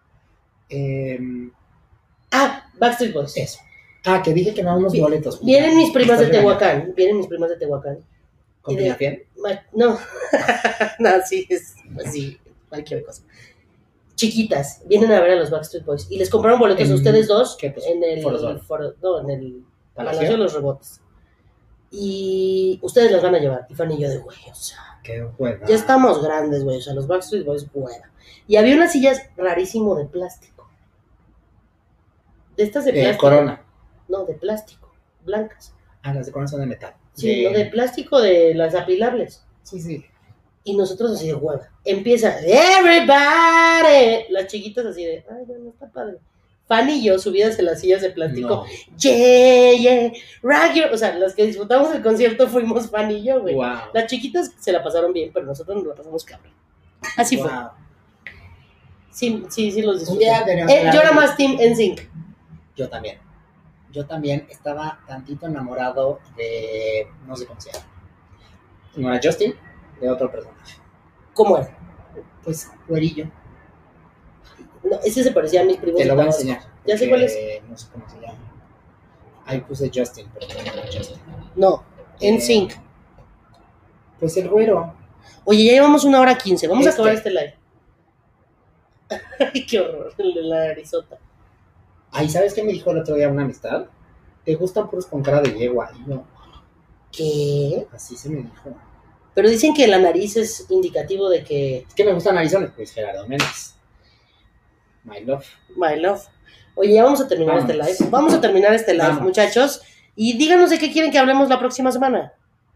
Backstreet Boys. Eso. Que dije que no unos boletos. Vienen mis primas de Tehuacán. ¿Con Peña Fiel? No. No, sí, es así, cualquier cosa. Chiquitas, vienen a ver a los Backstreet Boys y les compraron boletos a ustedes dos en el Palacio de los Rebotes. Y ustedes las van a llevar. Y Fanny y yo de güey, o sea. Qué hueva. Ya estamos grandes, güey. O sea, los Backstreet Boys, hueva. Y había unas sillas rarísimo de plástico. De estas de plástico. Corona. No, de plástico. Blancas. Las de Corona son de metal. Sí, no, de plástico de las apilables. Sí. Y nosotros así de hueva. Empieza, everybody. Las chiquitas así de, ay, no está padre. Fanny y yo subidas en las sillas de plástico. No. Yeah, rock your... O sea, las que disfrutamos el concierto fuimos Fanny y yo, güey. Wow. Las chiquitas se la pasaron bien, pero nosotros nos la pasamos cabrón. Así fue. Sí, los disfruté. Yo era más Team NSYNC. Yo también estaba tantito enamorado de, no sé cómo se llama. No era Justin, de otro personaje. ¿Cómo era? Pues, güerillo. No, ese se parecía a mis primos. Te lo voy a enseñar. Ya sé cuál es. No sé cómo se llama. Ahí puse Justin, pero no era Justin. No, NSYNC. Pues el güero. Oye, ya llevamos 1 hora 15. Vamos a Este. acabar este live. Ay, qué horror, el de la narizota. Ay, ¿sabes qué me dijo el otro día una amistad? Te gustan puros con cara de yegua. Y yo, ¿Qué? así se me dijo. Pero dicen que la nariz es indicativo de que... Es que me gustan narizones. Pues Gerardo Méndez. My love. My love. Oye, ya vamos a terminar Vámonos. este live. Vamos a terminar este live, Vámonos. muchachos. Y díganos de qué quieren que hablemos la próxima semana.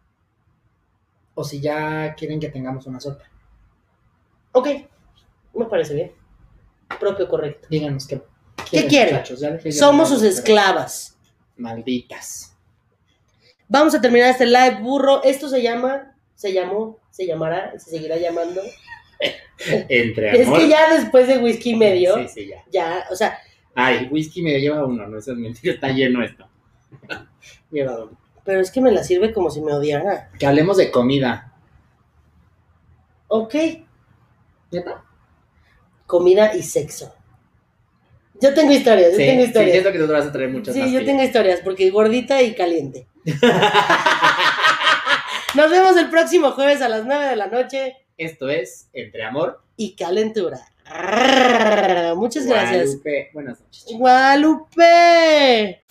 O si ya quieren que tengamos una sopa. Ok, me parece bien. Propio, correcto. Díganos qué quieren? muchachos. Ya dejé yo Somos de sus ver, esclavas. pero malditas. Vamos a terminar este live, burro. Esto se llamó, se llamará, se seguirá llamando. Entre Es amor. que ya después de whisky medio, Sí, ya. ya, o sea, Ay, whisky me lleva uno, no, eso es mentira, está lleno esto. Lleva uno. pero es que me la sirve como si me odiara. Que hablemos de comida. Ok, ¿Neta? comida y sexo. Yo tengo historias, Sí, tengo sí, historias. siento que tú te vas a traer muchas más. Sí, yo que tengo historias, porque gordita y caliente. Nos vemos el próximo jueves a las 9 de la noche. Esto es Entre Amor. Y calentura. Muchas gracias. Guadalupe. Buenas noches. Guadalupe.